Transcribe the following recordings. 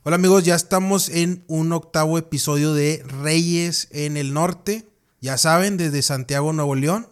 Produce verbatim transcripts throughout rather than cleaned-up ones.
Hola amigos, ya estamos en un octavo episodio de Reyes en el Norte. Ya saben, desde Santiago, Nuevo León.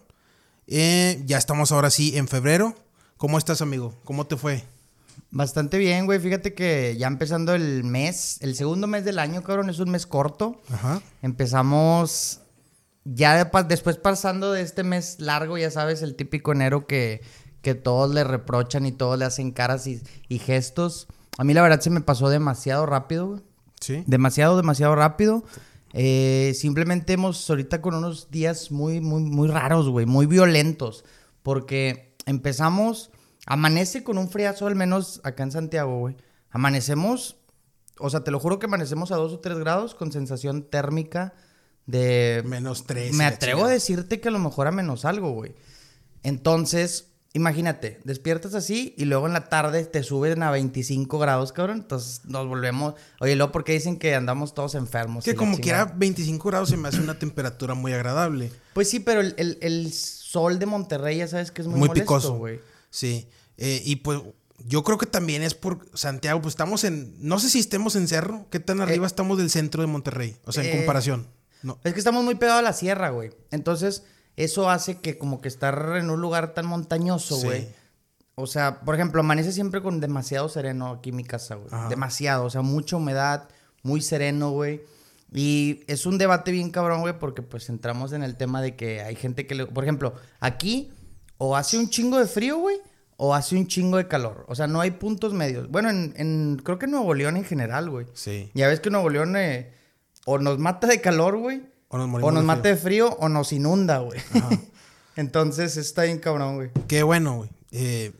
Eh, ya estamos ahora sí en febrero. ¿Cómo estás, amigo? ¿Cómo te fue? Bastante bien, güey. Fíjate que ya empezando el mes, el segundo mes del año, cabrón, es un mes corto. Ajá. Empezamos ya de pa- después pasando de este mes largo, ya sabes, el típico enero que, que todos le reprochan y todos le hacen caras y, y gestos. A mí la verdad se me pasó demasiado rápido, güey. Sí. Demasiado, demasiado rápido. Eh, simplemente hemos ahorita con unos días muy, muy, muy raros, güey, muy violentos. Porque empezamos, amanece con un friazo, al menos acá en Santiago, güey. Amanecemos, o sea, te lo juro que amanecemos a dos o tres grados con sensación térmica de... Menos tres. Me atrevo a decirte que a lo mejor a menos algo, güey. Entonces... Imagínate, despiertas así y luego en la tarde te suben a veinticinco grados, cabrón. Entonces nos volvemos... Oye, luego, ¿por qué dicen que andamos todos enfermos? Que como quiera, veinticinco grados se me hace una temperatura muy agradable. Pues sí, pero el, el, el sol de Monterrey ya sabes que es muy, Muy molesto, picoso. güey. Sí. Eh, y pues yo creo que también es por Santiago. Pues estamos en... No sé si estemos en cerro. ¿Qué tan arriba Eh, estamos del centro de Monterrey? O sea, en eh, comparación. No. Es que estamos muy pegados a la sierra, güey. Entonces, eso hace que como que estar en un lugar tan montañoso, Sí. güey. O sea, por ejemplo, amanece siempre con demasiado sereno aquí en mi casa, güey. Ajá. Demasiado, o sea, mucha humedad, muy sereno, güey. Y es un debate bien cabrón, güey, porque pues entramos en el tema de que hay gente que le... Por ejemplo, aquí o hace un chingo de frío, güey, o hace un chingo de calor. O sea, no hay puntos medios. Bueno, en, en creo que en Nuevo León en general, güey. Sí. Ya ves que Nuevo León eh, o nos mata de calor, güey, O nos o morimos nos de mata frío. de frío, o nos inunda, güey. Ajá. Entonces está bien cabrón, güey. Qué bueno, güey. Eh,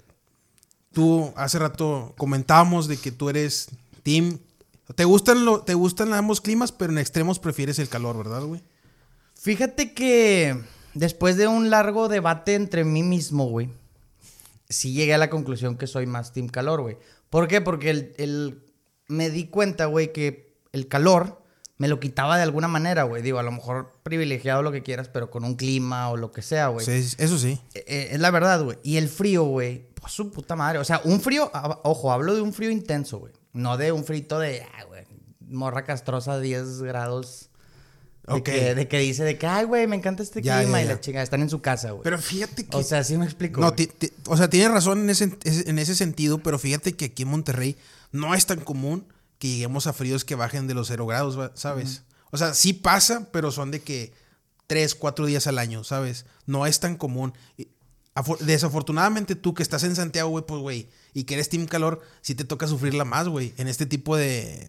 tú hace rato comentábamos de que tú eres team. Te gustan lo, te gustan ambos climas, pero en extremos prefieres el calor, ¿verdad, güey? Fíjate que después de un largo debate entre mí mismo, güey, sí llegué a la conclusión que soy más team calor, güey. ¿Por qué? Porque el, el- me di cuenta, güey, que el calor me lo quitaba de alguna manera, güey. Digo, a lo mejor privilegiado lo que quieras, pero con un clima o lo que sea, güey. Sí, eso sí. Eh, eh, es la verdad, güey. Y el frío, güey, pues su puta madre. O sea, un frío, ah, ojo, hablo de un frío intenso, güey. No de un frito de, ah, güey, morra castrosa, diez grados. De, Ok. que, de que dice de que, ay, güey, me encanta este Ya, clima ya, y ya. la chica, están en su casa, güey. Pero fíjate que... O sea, sí me explico. No, güey. ti- ti- o sea, tienes razón en ese, en ese sentido, pero fíjate que aquí en Monterrey no es tan común que lleguemos a fríos que bajen de los cero grados, va- ¿sabes? Uh-huh. O sea, sí pasa, pero son de que tres, cuatro días al año, ¿sabes? No es tan común. Y, afor- desafortunadamente tú que estás en Santiago, güey, pues, güey, y que eres team calor, sí te toca sufrirla más, güey, en este tipo de...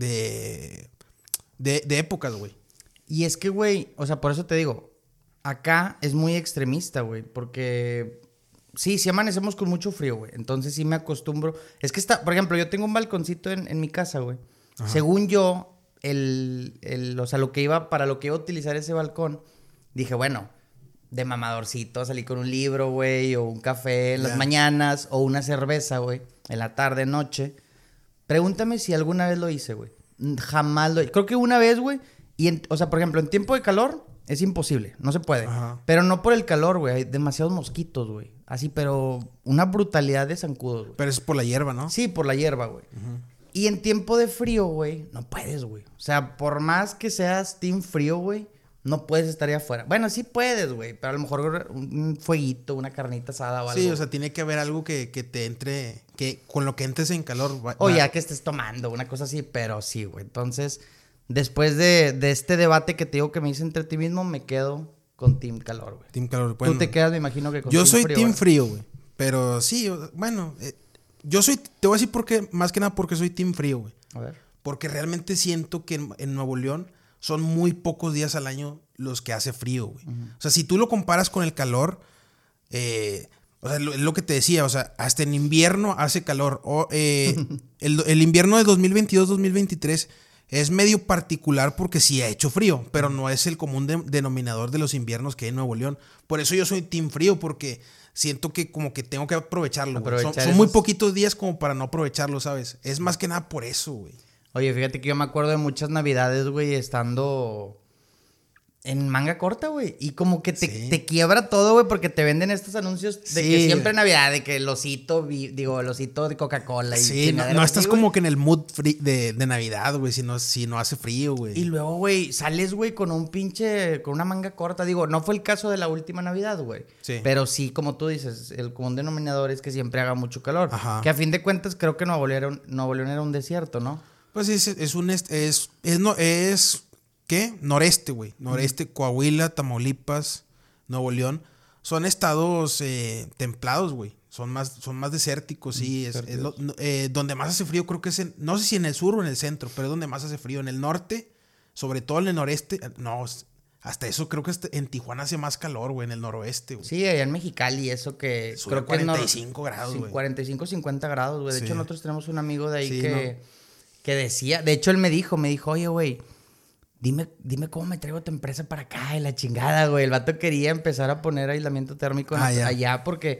de, de, de épocas, güey. Y es que, güey, o sea, por eso te digo, acá es muy extremista, güey, porque sí, sí amanecemos con mucho frío, güey. Entonces sí me acostumbro. Es que está, por ejemplo, yo tengo un balconcito en, en mi casa, güey. Ajá. Según yo, el, el, o sea, lo que iba, para lo que iba a utilizar ese balcón, dije, bueno, de mamadorcito, salí con un libro, güey, o un café en Ya. las mañanas, o una cerveza, güey, en la tarde, noche. Pregúntame si alguna vez lo hice, güey. Jamás lo hice. Creo que una vez, güey. Y, en, o sea, por ejemplo, en tiempo de calor es imposible, no se puede. Ajá. Pero no por el calor, güey, hay demasiados mosquitos, güey. Así, pero una brutalidad de zancudos, güey. Pero es por la hierba, ¿no? Sí, por la hierba, güey. Uh-huh. Y en tiempo de frío, güey, no puedes, güey. O sea, por más que seas team frío, güey, no puedes estar ahí afuera. Bueno, sí puedes, güey, pero a lo mejor un fueguito, una carnita asada o algo. Sí, o sea, tiene que haber algo que, que te entre, que con lo que entres en calor. Va, o va. ya que estés tomando, una cosa así, pero sí, güey. Entonces... Después de, de este debate que te digo que me hice entre ti mismo, me quedo con Team Calor, güey. Team Calor. Bueno, Tú te quedas, me imagino que con yo Team soy Frío. Team ¿verdad? Frío, güey. Pero sí, bueno, eh, yo soy, te voy a decir por qué, más que nada porque soy Team Frío, güey. A ver. Porque realmente siento que en, en Nuevo León son muy pocos días al año los que hace frío, güey. Uh-huh. O sea, si tú lo comparas con el calor, eh, o sea, lo, lo que te decía, o sea, hasta en invierno hace calor. O, eh, el, el invierno de dos mil veintidós dos mil veintitrés es medio particular porque sí ha hecho frío, pero no es el común de, denominador de los inviernos que hay en Nuevo León. Por eso yo soy team frío, porque siento que como que tengo que aprovecharlo, güey. Son, son muy poquitos días como para no aprovecharlo, ¿sabes? Es más que nada por eso, güey. Oye, fíjate que yo me acuerdo de muchas navidades, güey, estando en manga corta, güey. Y como que te, Sí. te quiebra todo, güey, porque te venden estos anuncios de Sí, que siempre güey. en Navidad, de que el osito, vi- digo, el osito de Coca-Cola. Y Sí, no, chingaderas no así, estás güey. como que en el mood free de, de Navidad, güey, si no, si no hace frío, güey. Y luego, güey, sales, güey, con un pinche, con una manga corta. Digo, no fue el caso de la última Navidad, güey. Sí. Pero sí, como tú dices, el común denominador es que siempre haga mucho calor. Ajá. Que a fin de cuentas creo que Nuevo León era un, Nuevo León era un desierto, ¿no? Pues es, es un, est- es, es, no, es, ¿qué? Noreste, güey. Noreste, Coahuila, Tamaulipas, Nuevo León. Son estados eh, templados, güey. Son más, son más desérticos, sí. Es, es lo- no- eh, donde más hace frío creo que es en, no sé si en el sur o en el centro, pero es donde más hace frío. En el norte, sobre todo en el noreste, eh, no, es- hasta eso creo que hasta en Tijuana hace más calor, güey, en el noroeste, güey. Sí, allá en Mexicali, eso que Sube creo que es nor- cuarenta y cinco grados, sí, güey. cuarenta y cinco, cincuenta grados, güey. De Sí. hecho, nosotros tenemos un amigo de ahí Sí, que, que decía, de hecho, él me dijo, me dijo, oye, güey, dime, dime cómo me traigo tu empresa para acá, y la chingada, güey. El vato quería empezar a poner aislamiento térmico en- Ah, ya. allá porque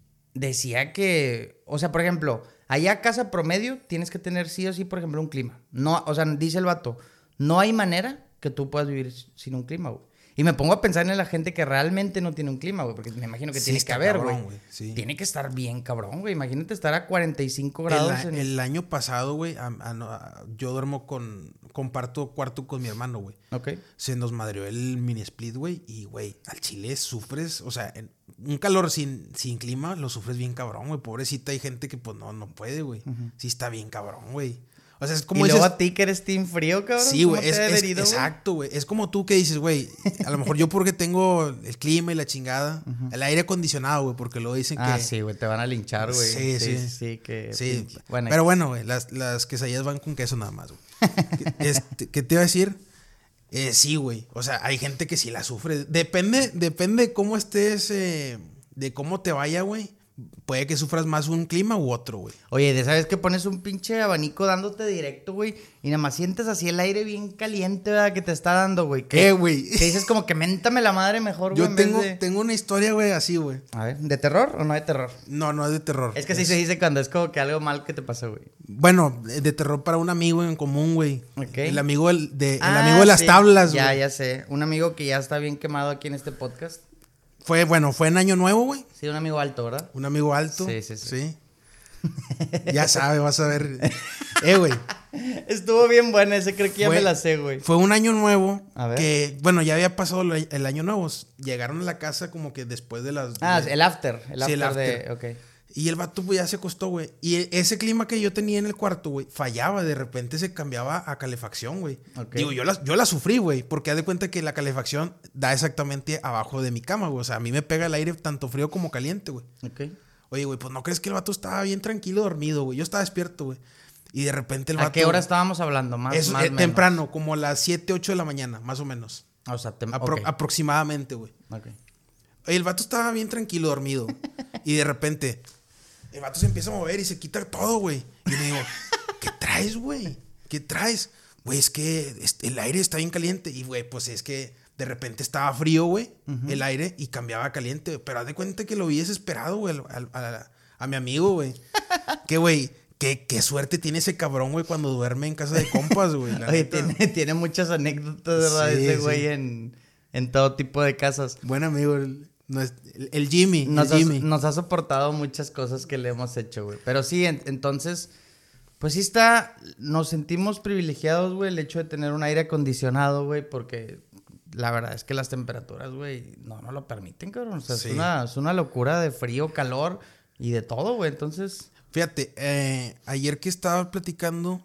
decía que, o sea, por ejemplo, allá casa promedio tienes que tener sí o sí, por ejemplo, un clima. No, o sea, dice el vato, no hay manera que tú puedas vivir sin un clima, güey. Y me pongo a pensar en la gente que realmente no tiene un clima, güey, porque me imagino que Sí, tiene que está haber, cabrón, güey. güey, sí. Tiene que estar bien cabrón, güey. Imagínate estar a cuarenta y cinco El, grados. a- en... el año pasado, güey, a- a- no, a- yo duermo con, comparto cuarto con mi hermano, güey. Ok. Se nos madreó el mini split, güey. Y, güey, al chile sufres, o sea, en un calor sin, sin clima lo sufres bien cabrón, güey. Pobrecita, hay gente que pues no, no puede, güey. Sí está bien cabrón, güey. O sea, es como y luego dices... a ti que eres team frío, cabrón. Sí, ¿cómo güey, te es, ha es- adherido, güey? exacto, güey. Es como tú que dices, güey, a lo mejor yo porque tengo el clima y la chingada, el aire acondicionado, güey, porque luego dicen Ah, que... sí, güey, te van a linchar, güey. Sí, sí. Sí, sí, que... Sí, pinche- Bueno, pero bueno, güey, las, las quesadillas van con queso nada más, güey. ¿Qué, este, ¿qué te iba a decir? Eh, sí, güey, o sea, hay gente que sí la sufre. Depende, depende de cómo estés, eh, de cómo te vaya, güey. Puede que sufras más un clima u otro, güey. Oye, de sabes que pones un pinche abanico dándote directo, güey, y nada más sientes así el aire bien caliente, ¿verdad? Que te está dando, güey. Que, Eh, güey. que dices como que méntame la madre mejor, güey. Yo en vez tengo, de- tengo una historia, güey, así, güey. A ver, ¿de terror o no de terror? No, no es de terror. Es que así se dice cuando es como que algo mal que te pasó, güey. Bueno, de terror para un amigo en común, güey. Ok. El amigo del- de, el Ah, amigo de las sí. tablas, Ya, güey. ya sé. Un amigo que ya está bien quemado aquí en este podcast. Fue, bueno, fue en Año Nuevo, güey. Sí, un amigo alto, ¿verdad? Un amigo alto. Sí, sí, sí. Ya sabe, vas a ver. Eh, güey. Estuvo bien buena ese, creo que ya Fue- me la sé, güey. Fue un año nuevo. A ver. Que, bueno, ya había pasado el, el año nuevo. Llegaron a la casa como que después de las. Ah, de- el after. El Sí, after, el after. de... Ok. Y el vato, pues ya se acostó, güey. Y e- ese clima que yo tenía en el cuarto, güey, fallaba. De repente se cambiaba a calefacción, güey. Ok. Digo, yo la, yo la sufrí, güey. Porque haz de cuenta que la calefacción da exactamente abajo de mi cama, güey. O sea, a mí me pega el aire tanto frío como caliente, güey. Ok. Oye, güey, pues no crees que el vato estaba bien tranquilo, dormido, güey. Yo estaba despierto, güey. Y de repente el vato. ¿A qué hora estábamos hablando? Más, Eso, más eh, menos. temprano, como a las siete, ocho de la mañana, más o menos. O sea, tem... Apro- ok. Aproximadamente, güey. Ok. Oye, el vato estaba bien tranquilo, dormido. Y de repente, el vato se empieza a mover y se quita todo, güey. Y le digo, ¿qué traes, güey? ¿Qué traes? Güey, es que este, el aire está bien caliente. Y, güey, pues es que de repente estaba frío, güey, el aire, y cambiaba a caliente. Pero haz de cuenta que lo vi desesperado, güey, al- al- a, a mi amigo, güey. Que, güey, qué, qué suerte tiene ese cabrón, güey, cuando duerme en casa de compas, güey. la Oye, neta. tiene, tiene muchas anécdotas, ¿verdad? Sí, Ese sí. güey en, en todo tipo de casas. Buen amigo, el, no es- el- el Jimmy. Nos, el ha, Jimmy. nos ha soportado muchas cosas que le hemos hecho, güey. Pero sí, en- entonces, pues sí está, nos sentimos privilegiados, güey, el hecho de tener un aire acondicionado, güey, porque la verdad es que las temperaturas, güey, no, no lo permiten, cabrón. O sea, Sí. es, una, es una locura de frío, calor y de todo, güey. Entonces, Fíjate, eh, ayer que estaba platicando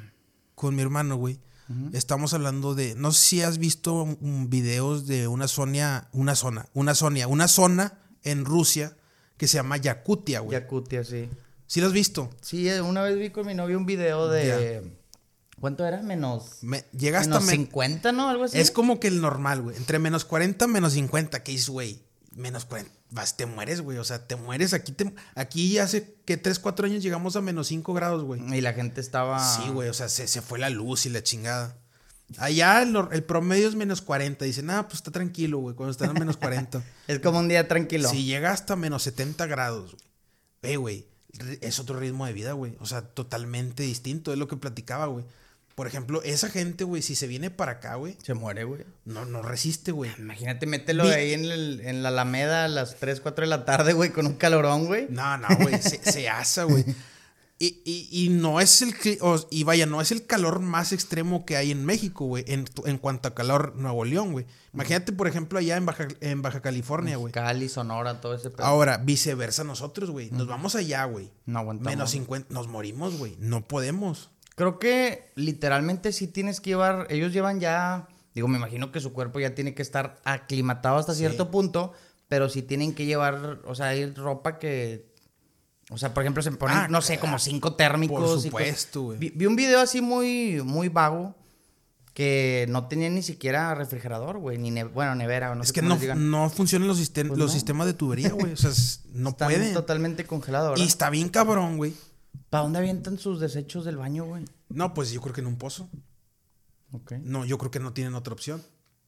con mi hermano, güey, estamos hablando de, no sé si has visto mm, videos de una zona, una zona, una zona, una zona en Rusia que se llama Yakutia, güey. Yakutia, sí. ¿Sí lo has visto? Sí, eh, una vez vi con mi novio un video de... ¿Cuánto era? Menos... Me- llega hasta Menos me- cincuenta, ¿no? Algo así. Es como que el normal, güey. Entre menos cuarenta, menos cincuenta. Que dices, güey, menos cuarenta. Vas, te mueres, güey. O sea, te mueres. Aquí, te, aquí hace que tres, cuatro años llegamos a menos cinco grados, güey. Y la gente estaba... Sí, güey. O sea, se, se fue la luz y la chingada. Allá el, el promedio es menos cuarenta. Dicen, ah, pues está tranquilo, güey. Cuando están a menos cuarenta. Es como un día tranquilo. Si llega hasta menos setenta grados, güey. Eh, güey. Es otro ritmo de vida, güey. O sea, totalmente distinto. Es lo que platicaba, güey. por ejemplo, esa gente, güey, si se viene para acá, güey. Se muere, güey. No, no resiste, güey. Imagínate, mételo Vi- ahí en, el- en la Alameda a las tres, cuatro de la tarde, güey, con un calorón, güey. No, no, güey, se, se asa, güey. Y, y, y no es el... cli- o- y vaya, no es el calor más extremo que hay en México, güey. En, en cuanto a calor, Nuevo León, güey. Imagínate, por ejemplo, allá en Baja, en Baja California, güey. Cali, Sonora, todo ese pedo. Ahora, viceversa nosotros, güey. Nos vamos allá, güey. No aguantamos. Menos cincuenta. Nos morimos, güey. No podemos. Creo que literalmente sí tienes que llevar... Ellos llevan ya... Digo, me imagino que su cuerpo ya tiene que estar aclimatado hasta Sí. cierto punto, pero sí tienen que llevar, o sea, hay ropa que... O sea, por ejemplo, se ponen, Ah, no sé, ah, como cinco térmicos. por y co- supuesto, güey. Vi, vi un video así muy, muy vago que no tenía ni siquiera refrigerador, güey, ni ne- bueno, nevera, o no Es sé que cómo no, les digan. no funcionan los, sistem- Pues los no. sistemas de tubería, güey. O sea, es- no Están pueden. totalmente congelados, Y ¿verdad? está bien cabrón, güey. ¿Para dónde avientan sus desechos del baño, güey? No, pues yo creo que en un pozo. Ok. No, yo creo que no tienen otra opción.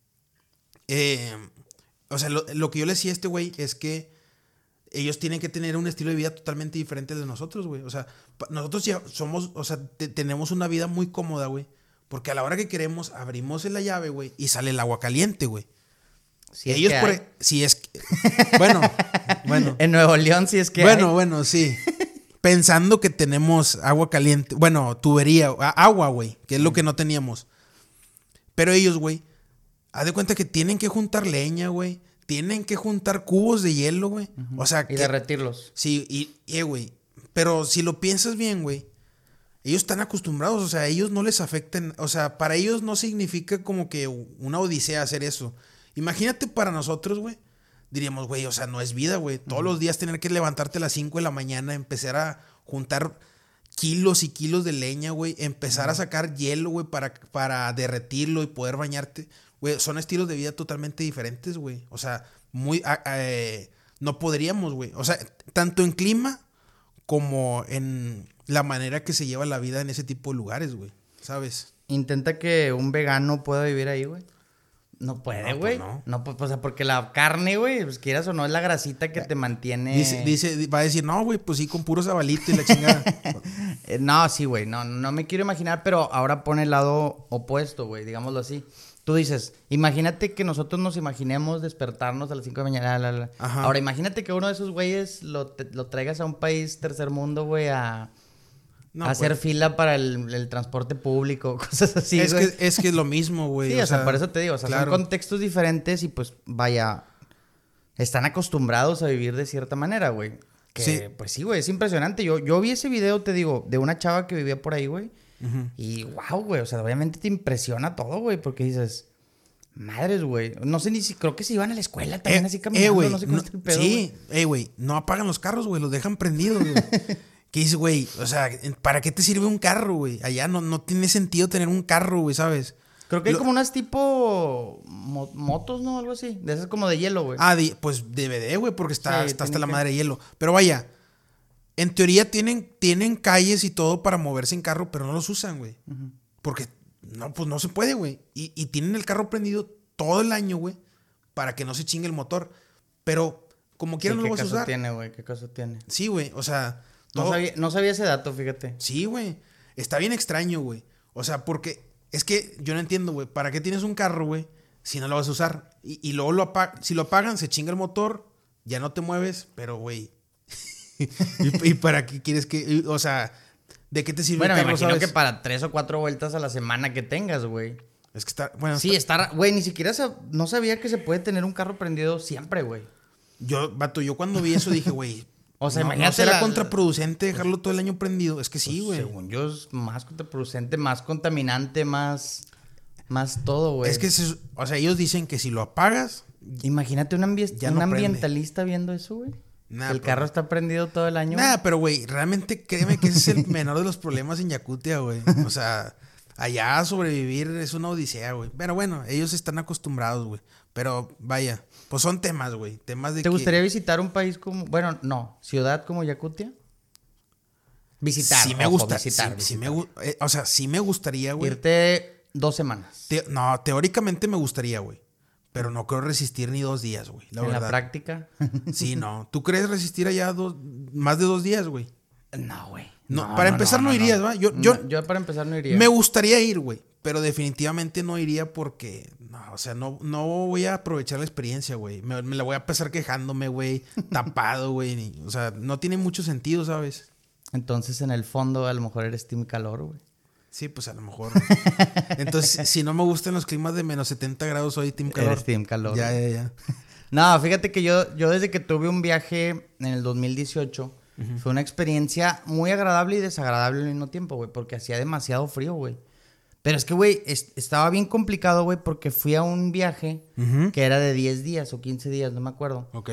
Eh, o sea, lo, lo que yo le decía a este güey es que ellos tienen que tener un estilo de vida totalmente diferente al de nosotros, güey. O sea, pa- nosotros ya somos, o sea, te- tenemos una vida muy cómoda, güey. Porque a la hora que queremos, abrimos la llave, güey, y sale el agua caliente, güey. Si es ellos que por... hay. e- Si es que... Bueno, bueno. En Nuevo León sí es que Bueno, hay. bueno, sí. Pensando que tenemos agua caliente. Bueno, tubería, a- agua, güey, que es lo que no teníamos. Pero ellos, güey, haz de cuenta que tienen que juntar leña, güey. Tienen que juntar cubos de hielo, güey. O sea, Y que, derretirlos. sí, y, y, güey. Pero si lo piensas bien, güey, ellos están acostumbrados, o sea, a ellos no les afectan, o sea, para ellos no significa como que una odisea hacer eso. Imagínate para nosotros, güey. Diríamos, güey, o sea, no es vida, güey. Todos los días tener que levantarte a las cinco de la mañana, empezar a juntar kilos y kilos de leña, güey. Empezar a sacar hielo, güey, para, para derretirlo y poder bañarte. Güey, son estilos de vida totalmente diferentes, güey. O sea, muy... a- a- eh, no podríamos, güey. O sea, tanto en clima como en la manera que se lleva la vida en ese tipo de lugares, güey. ¿Sabes? Intenta que un vegano pueda vivir ahí, güey. No puede, No, güey. pues no. no. pues, o sea, porque la carne, güey, pues quieras o no, es la grasita que te mantiene. Dice, dice, va a decir, no, güey, pues sí, con puro sabalito y la chingada. Eh, no, sí, güey. No, no me quiero imaginar, pero ahora pone el lado opuesto, güey, digámoslo así. Tú dices, imagínate que nosotros nos imaginemos despertarnos a las cinco de la mañana. la, la, la. Ajá. Ahora, imagínate que uno de esos güeyes lo, te- lo traigas a un país tercer mundo, güey, a, No, a hacer pues, fila para el, el transporte público, cosas así, es, güey. que, es que es lo mismo, güey. Sí, o, sea, por eso te digo, o sea, claro. son contextos diferentes y pues, vaya, están acostumbrados a vivir de cierta manera, güey. Que, Sí. pues sí, güey, es impresionante. Yo, yo vi ese video, te digo, de una chava que vivía por ahí, güey. Ujú. Y wow, güey, o sea, obviamente te impresiona todo, güey, porque dices, madres, güey. No sé ni si, creo que si iban a la escuela también Eh, así eh, caminando, güey, no sé cómo no- está el pedo, sí, eh, güey, no apagan los carros, güey, los dejan prendidos, güey. ¿Qué dices, güey? O sea, ¿para qué te sirve un carro, güey? Allá no, no tiene sentido tener un carro, güey, ¿sabes? Creo que hay Lo- como unas tipo mo- motos, ¿no? Algo así. De esas como de hielo, güey. Ah, di- pues D V D, güey, porque está, Sí, está hasta tiene la que- madre de hielo. Pero vaya, en teoría tienen, tienen calles y todo para moverse en carro, pero no los usan, güey. Porque, no, pues no se puede, güey. Y, y tienen el carro prendido todo el año, güey, para que no se chingue el motor. Pero, como Sí, quieran, no ¿qué lo vas a caso usar. tiene, güey? ¿Qué caso tiene? Sí, güey, o sea... No todo- sabía, no sabía ese dato, fíjate. Sí, güey. Está bien extraño, güey. O sea, porque es que yo no entiendo, güey. ¿Para qué tienes un carro, güey, si no lo vas a usar? Y, y luego lo apa- si lo apagan, se chinga el motor, ya no te mueves, pero, güey. ¿Y, y para qué quieres que...? y, O sea, ¿de qué te sirve Bueno, el me carro, imagino sabes? que para tres o cuatro vueltas a la semana que tengas, güey. Es que está... Bueno, Sí, está- estar... Güey, ni siquiera sa- no sabía que se puede tener un carro prendido siempre, güey. yo, vato, yo cuando vi eso dije, güey... O sea, no, imagínate ¿no será la- contraproducente dejarlo todo el año prendido? Es que sí, güey. Según yo es más contraproducente, más contaminante, más... Más todo, güey. Es que, se- o sea, ellos dicen que si lo apagas... Imagínate un, ambi- Ya un no prende. ambientalista viendo eso, güey. Nah, Que el pues, carro está prendido todo el año. Nada, pero güey, realmente créeme que ese es el menor de los problemas en Yakutia, güey. O sea, allá sobrevivir es una odisea, güey. Pero bueno, ellos están acostumbrados, güey. Pero vaya, pues son temas, güey. Temas de ¿Te que... gustaría visitar un país como... Bueno, no. ¿Ciudad como Yakutia? Visitar, Sí me ojo, gusta. visitar, sí, sí visitar. me gu- eh, o sea, sí me gustaría, güey. Irte dos semanas. Te- no, teóricamente me gustaría, güey. Pero no creo resistir ni dos días, güey. La en verdad. la práctica. Sí, no. ¿Tú crees resistir allá dos, más de dos días, güey? No, güey. No, No, para no, empezar no, no, no, irías, no. ¿va? Yo, yo, No, yo para empezar no iría. me gustaría ir, güey. Pero definitivamente no iría porque, no, o sea, no, no voy a aprovechar la experiencia, güey. Me, me la voy a pasar quejándome, güey, tapado, güey. O sea, no tiene mucho sentido, ¿sabes? Entonces, en el fondo, a lo mejor eres team calor, güey. Sí, pues a lo mejor. Entonces, si no me gustan los climas de menos setenta grados, soy team calor. Eres team calor. Ya, ya, ya. No, fíjate que yo, yo desde que tuve un viaje en el dos mil dieciocho, uh-huh. fue una experiencia muy agradable y desagradable al mismo tiempo, güey, porque hacía demasiado frío, güey. Pero es que, güey, es, estaba bien complicado, güey, porque fui a un viaje uh-huh. que era de diez días o quince días, no me acuerdo. Ok.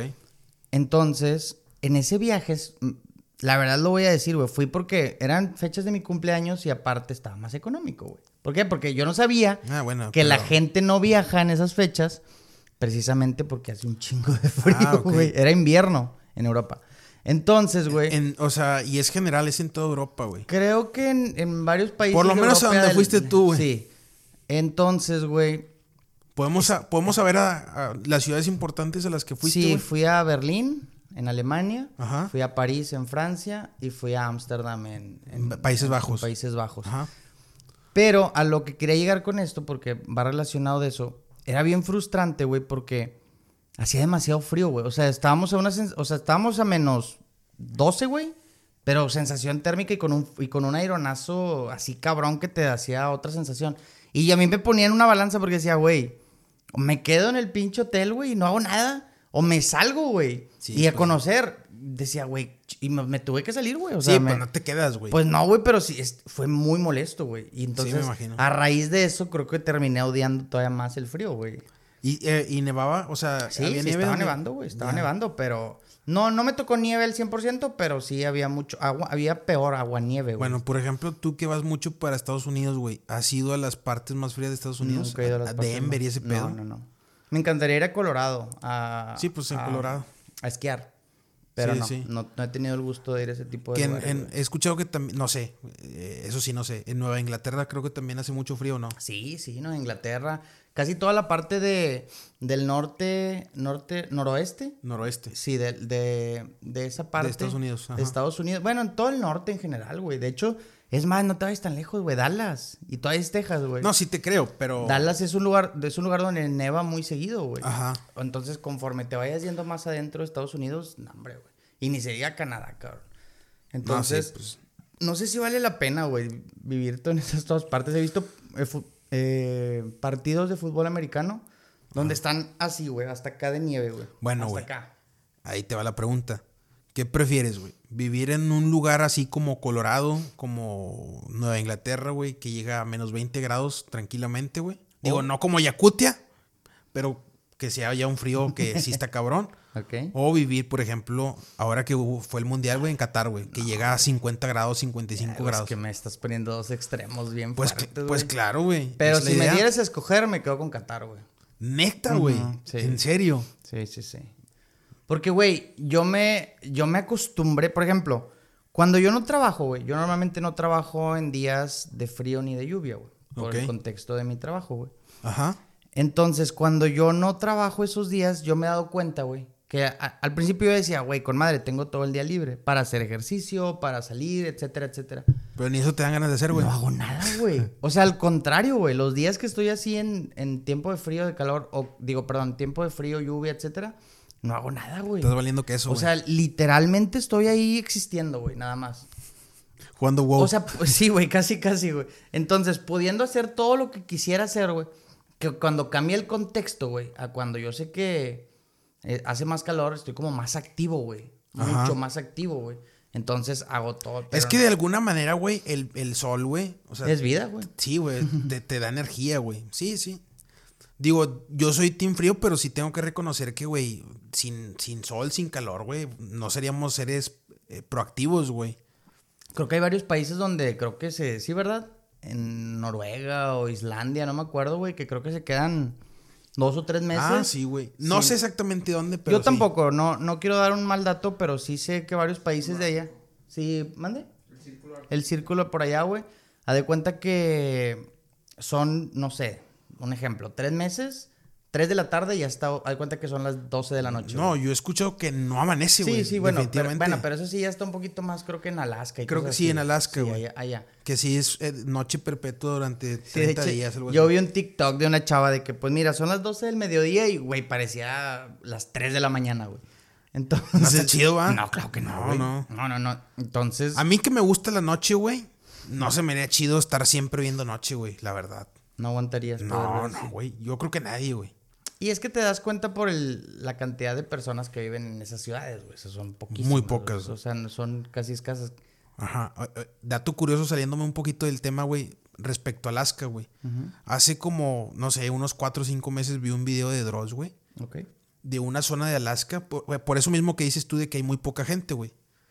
Entonces, en ese viaje, la verdad lo voy a decir, güey, fui porque eran fechas de mi cumpleaños y aparte estaba más económico, güey. ¿Por qué? Porque yo no sabía ah, bueno, que pero... la gente no viaja en esas fechas precisamente porque hace un chingo de frío, güey. Ah, okay. Era invierno en Europa. Entonces, güey... En, o sea, y es general, es en toda Europa, güey. Creo que en, en varios países por lo menos a donde del, fuiste tú, güey. Sí. Entonces, güey... ¿Podemos, a, ¿podemos saber a, a las ciudades importantes a las que fuiste, Sí, wey? Fui a Berlín, en Alemania. Ajá. Fui a París, en Francia. Y fui a Ámsterdam, en, en... Países Bajos. En Países Bajos. Ajá. Pero a lo que quería llegar con esto, porque va relacionado de eso... Era bien frustrante, güey, porque hacía demasiado frío, güey. O sea, estábamos a una sens- o sea, estábamos a menos doce, güey. Pero sensación térmica y con un y con un aironazo así cabrón que te hacía otra sensación. Y a mí me ponía en una balanza porque decía, güey, o me quedo en el pinche hotel, güey, y no hago nada. O me salgo, güey. Sí, y a pues, conocer. Decía, güey, y me, me tuve que salir, güey. O sea, sí, me, pues no te quedas, güey. Pues no, güey, pero sí, es, fue muy molesto, güey. Y entonces, sí, me imagino. A raíz de eso, creo que terminé odiando todavía más el frío, güey. ¿Y, eh, ¿Y nevaba? O sea, sí, ¿había sí, nieve? estaba nevando, güey. Estaba yeah. nevando, pero... No, no me tocó nieve al cien por ciento, pero sí había mucho agua, había peor agua-nieve, güey. Bueno, por ejemplo, tú que vas mucho para Estados Unidos, güey, ¿has ido a las partes más frías de Estados Unidos? Nunca he ido a las ¿A partes Denver más... y ese pedo? No, no, no. Me encantaría ir a Colorado a... Sí, pues en a, Colorado. A esquiar. Pero sí, no, sí. no, no he tenido el gusto de ir a ese tipo de que lugares. En, en, he escuchado que también, no sé, eh, eso sí, no sé, en Nueva Inglaterra creo que también hace mucho frío, ¿no? Sí, sí, Nueva Inglaterra. Casi toda la parte de, del norte, norte, noroeste. Noroeste. Sí, de, de, de esa parte. De Estados Unidos. Ajá. De Estados Unidos. Bueno, en todo el norte en general, güey. De hecho, es más, no te vayas tan lejos, güey. Dallas. Y todavía es Texas, güey. No, sí te creo, pero... Dallas es un lugar, es un lugar donde neva muy seguido, güey. Ajá. Entonces, conforme te vayas yendo más adentro de Estados Unidos, no, hombre, güey. Y ni se diga Canadá, cabrón. Entonces, no, sí, pues... no sé si vale la pena, güey, vivir en esas todas partes. He visto eh, fu- eh, partidos de fútbol americano donde ah. están así, güey, hasta acá de nieve, güey. Bueno, güey. Hasta acá. Ahí te va la pregunta. ¿Qué prefieres, güey? ¿Vivir en un lugar así como Colorado, como Nueva Inglaterra, güey, que llega a menos veinte grados tranquilamente, güey? Digo, oh. no como Yakutia, pero que sea ya un frío que sí está cabrón. Okay. O vivir, por ejemplo, ahora que fue el mundial, güey, en Qatar, güey, que no, llega a cincuenta grados, cincuenta y cinco ya, grados. Es que me estás poniendo dos extremos bien pues fuertes, que, Pues claro, güey. Pero si me dieras a escoger, me quedo con Qatar, güey. Neta, güey. Uh-huh, sí. ¿En serio? Sí, sí, sí. Porque, güey, yo me, yo me acostumbré, por ejemplo, cuando yo no trabajo, güey, yo normalmente no trabajo en días de frío ni de lluvia, güey, por okay. el contexto de mi trabajo, güey. Ajá. Entonces, cuando yo no trabajo esos días, yo me he dado cuenta, güey, que a, al principio yo decía, güey, con madre, tengo todo el día libre para hacer ejercicio, para salir, etcétera, etcétera. Pero ni eso te dan ganas de hacer, güey. No hago nada, güey. O sea, al contrario, güey. Los días que estoy así en, en tiempo de frío, de calor, o digo, perdón, tiempo de frío, lluvia, etcétera, no hago nada, güey. Estás valiendo que eso, güey. O sea, literalmente estoy ahí existiendo, güey, nada más. Jugando WoW. O sea, pues, sí, güey, casi, casi, güey. Entonces, pudiendo hacer todo lo que quisiera hacer, güey, que cuando cambia el contexto, güey, a cuando yo sé que eh, hace más calor, estoy como más activo, güey. Mucho más activo, güey. Entonces hago todo. Es que de alguna manera, güey, el, el sol, güey. O sea, es vida, güey. Sí, güey. te, te da energía, güey. Sí, sí. Digo, yo soy team frío, pero sí tengo que reconocer que, güey, sin, sin sol, sin calor, güey, no seríamos seres eh, proactivos, güey. Creo que hay varios países donde creo que se... Sí, ¿verdad? En Noruega o Islandia, no me acuerdo, güey, que creo que se quedan dos o tres meses. Ah, sí, güey. No sí. sé exactamente dónde, pero yo tampoco, sí. no, no quiero dar un mal dato, pero sí sé que varios países no. de allá. Sí, ¿mande? El círculo. El círculo por allá, güey. Haz de cuenta que son, no sé, un ejemplo, tres meses tres de la tarde y ya está, hay cuenta que son las doce de la noche. No, güey. yo he escuchado que no amanece, güey. Sí, sí, bueno, pero, definitivamente. bueno, pero eso sí ya está un poquito más, creo que en Alaska. Y Creo que cosas sí, así, en Alaska, sí, güey. allá, allá. Que sí es eh, noche perpetua durante Sí, de treinta hecho, días, algo yo así. vi un TikTok de una chava de que, pues mira, son las doce del mediodía y, güey, parecía las tres de la mañana, güey. Entonces... No está chido, ¿va? No, claro que no, No, güey. no. No, no, no. Entonces... A mí que me gusta la noche, güey, no se me haría chido estar siempre viendo noche, güey, la verdad. No aguantarías. No, poder ver no, así. güey. Yo creo que nadie, güey. Y es que te das cuenta por el, la cantidad de personas que viven en esas ciudades, güey. Esas son poquísimas. Muy pocas. Güey. O sea, no- son casi escasas. Ajá. Eh, eh, Dato curioso, saliéndome un poquito del tema, güey, respecto a Alaska, güey. Ujú. Hace como, no sé, unos cuatro o cinco meses vi un video de Dross, güey, Ok. de una zona de Alaska. Por, güey, por eso mismo que dices tú de que hay muy poca gente, güey.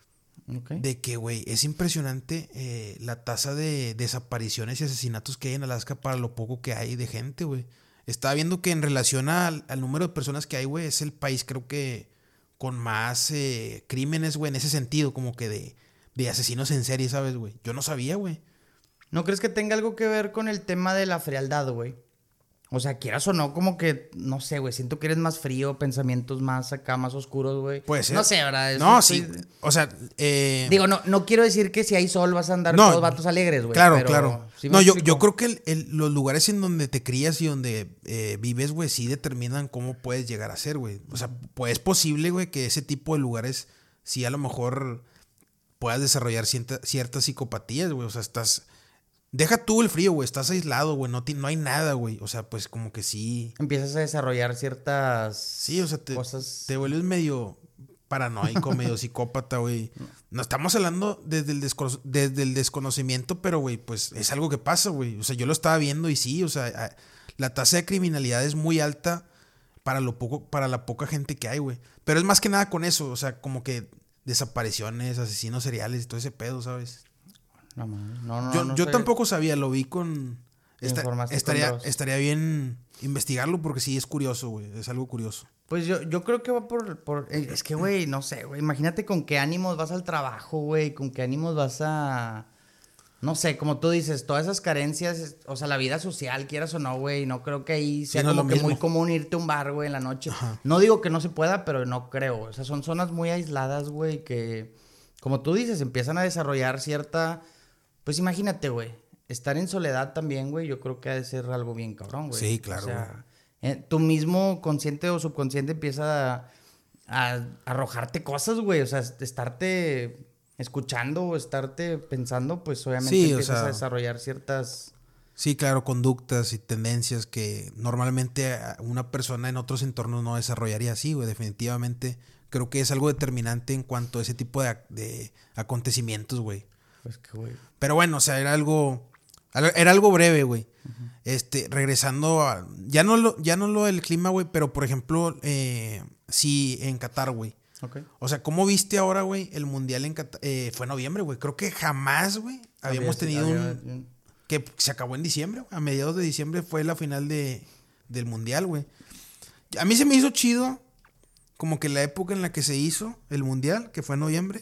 Ok. De que, güey, es impresionante eh, la tasa de desapariciones y asesinatos que hay en Alaska para lo poco que hay de gente, güey. Estaba viendo que en relación al, al número de personas que hay, güey, es el país creo que con más eh, crímenes, güey, en ese sentido, como que de, de asesinos en serie, ¿sabes, güey? Yo no sabía, güey. ¿No crees que tenga algo que ver con el tema de la frialdad, güey? O sea, quieras o no, como que, no sé, güey, siento que eres más frío, pensamientos más acá, más oscuros, güey. Puede ser. No sé, ¿verdad? Eso No, estoy- sí. O sea, eh, Digo, no, no quiero decir que si hay sol vas a andar No, todos vatos alegres, güey. claro, pero claro. ¿sí me No, yo, explico? yo creo que el- el- los lugares en donde te crías y donde eh, vives, güey, sí determinan cómo puedes llegar a ser, güey. O sea, pues es posible, güey, que ese tipo de lugares sí a lo mejor puedas desarrollar cierta- ciertas psicopatías, güey. O sea, estás... Deja tú el frío, güey. Estás aislado, güey. No, ti- no hay nada, güey. O sea, pues como que sí... Empiezas a desarrollar ciertas Sí, o sea, te, cosas. te vuelves medio paranoico, medio psicópata, güey. No estamos hablando desde el, descono- desde el desconocimiento, pero, güey, pues es algo que pasa, güey. O sea, yo lo estaba viendo y sí, o sea, a- la tasa de criminalidad es muy alta para lo poco, para la poca gente que hay, güey. Pero es más que nada con eso, o sea, como que desapariciones, asesinos seriales y todo ese pedo, ¿sabes? No, mames, no, no, yo no yo sé. tampoco sabía, lo vi con... Te esta- informaste con estaría, Dross. estaría bien investigarlo porque sí es curioso, güey. Es algo curioso. Pues yo, yo creo que va por, por... eh, Es que, güey, no sé, güey. Imagínate con qué ánimos vas al trabajo, güey. Con qué ánimos vas a... No sé, como tú dices, todas esas carencias, es- o sea, la vida social, quieras o no, güey. No creo que ahí sea no es como lo que muy mismo. común irte a un bar, güey, en la noche. Ajá. No digo que no se pueda, pero no creo. O sea, son zonas muy aisladas, güey, que... Como tú dices, empiezan a desarrollar cierta... Pues imagínate, güey. Estar en soledad también, güey, yo creo que ha de ser algo bien cabrón, güey. Sí, claro, O sea, eh, tú mismo, consciente o subconsciente, empieza a, a arrojarte cosas, güey. O sea, estarte escuchando o estarte pensando, pues obviamente Sí, o empiezas sea, a desarrollar ciertas... Sí, claro, conductas y tendencias que normalmente a- una persona en otros entornos no desarrollaría así, güey. Definitivamente creo que es algo determinante en cuanto a ese tipo de, ac- de acontecimientos, güey. Pues que, güey. Pero bueno, o sea, era algo, era algo breve, güey. Este, regresando a, ya no lo, ya no lo del clima, güey, pero por ejemplo, eh, sí, en Qatar, güey. Ok. O sea, ¿cómo viste ahora, güey, el mundial en Qatar? Eh, fue en noviembre, güey. Creo que jamás, güey, habíamos Había- tenido había- un... Que se acabó en diciembre, güey. A mediados de diciembre fue la final de, del mundial, güey. A mí se me hizo chido como que la época en la que se hizo el mundial, que fue en noviembre,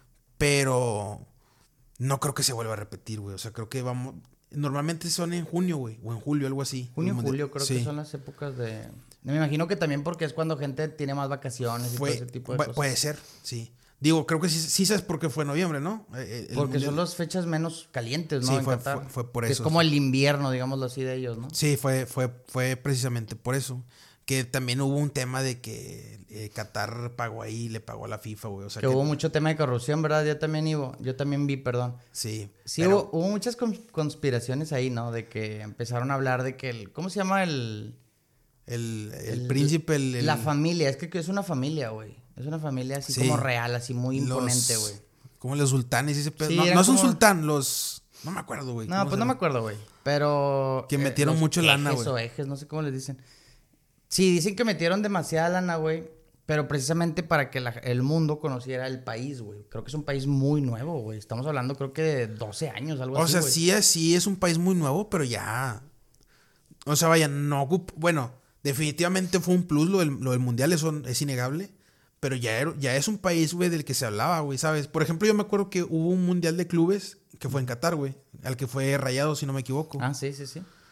pero no creo que se vuelva a repetir, güey. O sea, creo que vamos... Normalmente son en junio, güey, o en julio, algo así. Junio, El mundial. julio, creo Sí. que son las épocas de... Me imagino que también porque es cuando gente tiene más vacaciones y Fue, todo ese tipo de pu- cosas. puede ser, sí. Digo, creo que sí, sí sabes por qué fue en noviembre, ¿no? Eh, el Porque mundial. son las fechas menos calientes, ¿no? Sí, en fue- Qatar. fue- fue por Que eso, es como sí. el invierno, digámoslo así, de ellos, ¿no? Sí, fue, fue, fue precisamente por eso. Que también hubo un tema de que eh, Qatar pagó ahí, le pagó a la FIFA, güey. O sea que, hubo mucho tema de corrupción, ¿verdad? Yo también iba, yo también vi, perdón. Sí. Sí, pero- hubo, hubo muchas cons- conspiraciones ahí, ¿no? De que empezaron a hablar de que el... ¿Cómo se llama el...? El, el el- príncipe, el, el- La familia, es que es una familia, güey. Es una familia así Sí. como real, así muy los- imponente, güey. Como los sultanes y ese pedo. Sí, no, eran no es un como- sultán, los... No me acuerdo, güey. No, ¿Cómo pues se no me llama? acuerdo, güey. Pero... Que metieron los mucho lana, ejes güey. o ejes, no sé cómo les dicen. Sí, dicen que metieron demasiada lana, güey. Pero precisamente para que la- el mundo conociera el país, güey. Creo que es un país muy nuevo, güey. Estamos hablando, creo que de doce años, algo O así, sea, güey. sí es, sí es un país muy nuevo, pero ya... O sea, vaya, no... ocup- Bueno, definitivamente fue un plus lo del, lo del mundial, eso es innegable. Pero ya, era- ya es un país, güey, del que se hablaba, güey, ¿sabes? Por ejemplo, yo me acuerdo que hubo un mundial de clubes que fue en Qatar, güey. Al que fue Rayado, si no me equivoco. Ah, sí, sí, sí.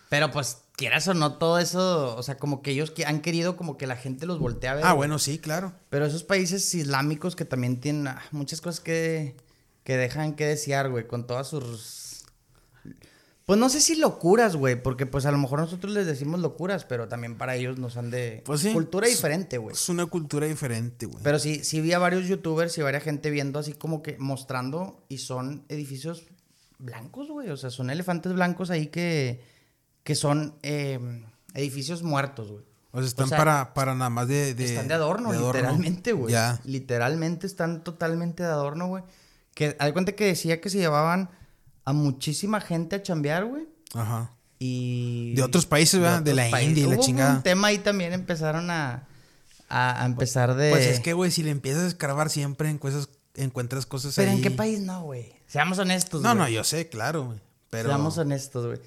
Pero pues, quieras o no, todo eso, o sea, como que ellos que han querido como que la gente los voltee a ver. Ah, güey. bueno, sí, claro. Pero esos países islámicos que también tienen ah, muchas cosas que, que dejan que desear, güey, con todas sus... Pues no sé si locuras, güey, porque pues a lo mejor nosotros les decimos locuras, pero también para ellos nos han de... Pues sí. Cultura diferente, güey. Es una cultura diferente, güey. Pero sí, sí vi a varios youtubers y varias gente viendo así como que mostrando y son edificios blancos, güey. O sea, son elefantes blancos ahí que, que son eh, edificios muertos, güey. O sea, están o sea, para, para nada más de, de... Están de adorno, de adorno. literalmente, güey. Ya. Literalmente están totalmente de adorno, güey. Que, haz de cuenta que decía que se llevaban a muchísima gente a chambear, güey. Ajá. Y... De otros países, ¿verdad? De, de la India y la Hubo chingada. un tema ahí también empezaron a... A, a empezar de... Pues es que, güey, si le empiezas a escarbar siempre encuentras, encuentras cosas Pero ahí. ¿en qué país no, güey? Seamos honestos, No, güey. no, yo sé, claro, güey. Pero... Seamos honestos, güey.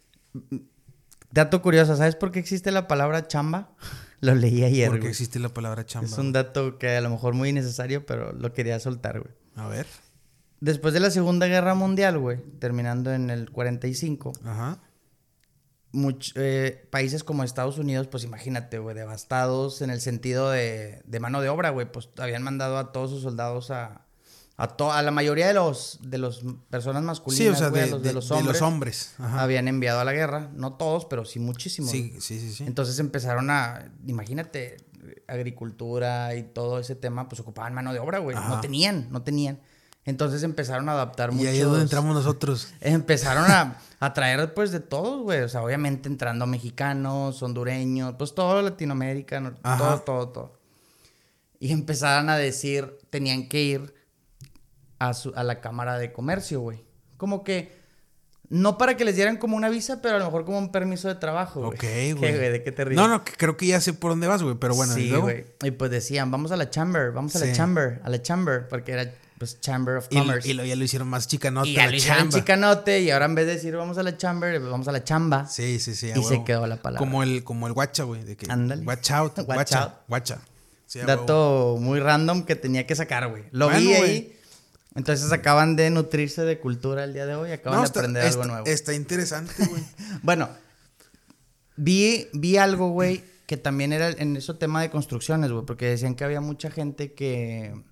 Dato curioso, ¿sabes por qué existe la palabra chamba? Lo leí ayer, ¿Por qué güey. existe la palabra chamba? Es un dato que a lo mejor muy innecesario, pero lo quería soltar, güey. A ver. Después de la Segunda Guerra Mundial, güey, terminando en el cuarenta y cinco, Ajá. much- eh, países como Estados Unidos, pues imagínate, güey, devastados en el sentido de, de mano de obra, güey, pues habían mandado a todos sus soldados a... A, to- a la mayoría de los de los personas masculinas, Sí, o sea, güey, de, a los de- de los de hombres, los hombres. Ajá. habían enviado a la guerra. No todos, pero sí muchísimos. Sí, sí, sí, sí. Entonces empezaron a... Imagínate, agricultura y todo ese tema, pues ocupaban mano de obra, güey. Ajá. No tenían, no tenían. Entonces empezaron a adaptar Y muchos... ahí es donde entramos nosotros. Empezaron a, a traer, pues, de todos, güey. O sea, obviamente entrando mexicanos, hondureños, pues todo Latinoamérica, no- Ajá. todo, todo, todo. Y empezaron a decir, tenían que ir a, su, a la Cámara de Comercio, güey. Como que, no para que les dieran como una visa, pero a lo mejor como un permiso de trabajo, güey. Ok, ¿Qué, güey. ¿De qué te ríes? No, no, que- creo que ya sé por dónde vas, güey. Pero bueno, ¿y Sí, luego? güey. Y pues decían, vamos a la Chamber, vamos a la Sí. Chamber, a la Chamber, porque era, pues, Chamber of Y, Commerce. y lo, ya lo hicieron más chicanote. Y ya la lo hicieron chamba. chicanote y ahora en vez de decir vamos a la chamber, vamos a la chamba. Sí, sí, sí. a Y se huevo. quedó la palabra. Como el, como el guacha, güey. De que, Ándale. Watch out, Watch guacha, out. guacha. Sí, a huevo. Dato muy random que tenía que sacar, güey. Lo Bueno, vi güey. ahí. Entonces acaban de nutrirse de cultura el día de hoy. Acaban No, de está, aprender está- algo nuevo. está interesante, güey. Bueno, vi, vi algo, güey, que también era en ese tema de construcciones, güey. Porque decían que había mucha gente que...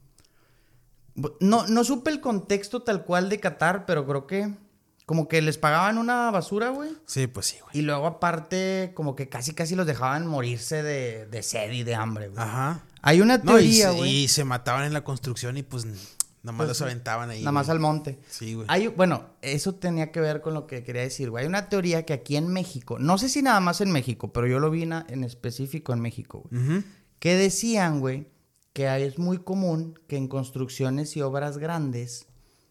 No, no supe el contexto tal cual de Qatar, pero creo que como que les pagaban una basura, güey. Sí, pues sí, güey. Y luego aparte como que casi casi los dejaban morirse de, de sed y de hambre, güey. Ajá. Hay una No, y, teoría, se- güey. y se mataban en la construcción y pues nada más Pues, los aventaban ahí. Nada más güey. al monte. Sí, güey. Hay, bueno, eso tenía que ver con lo que quería decir, güey. Hay una teoría que aquí en México, no sé si nada más en México, pero yo lo vi na- en específico en México, güey. Ujú. Que decían, güey, que ahí es muy común que en construcciones y obras grandes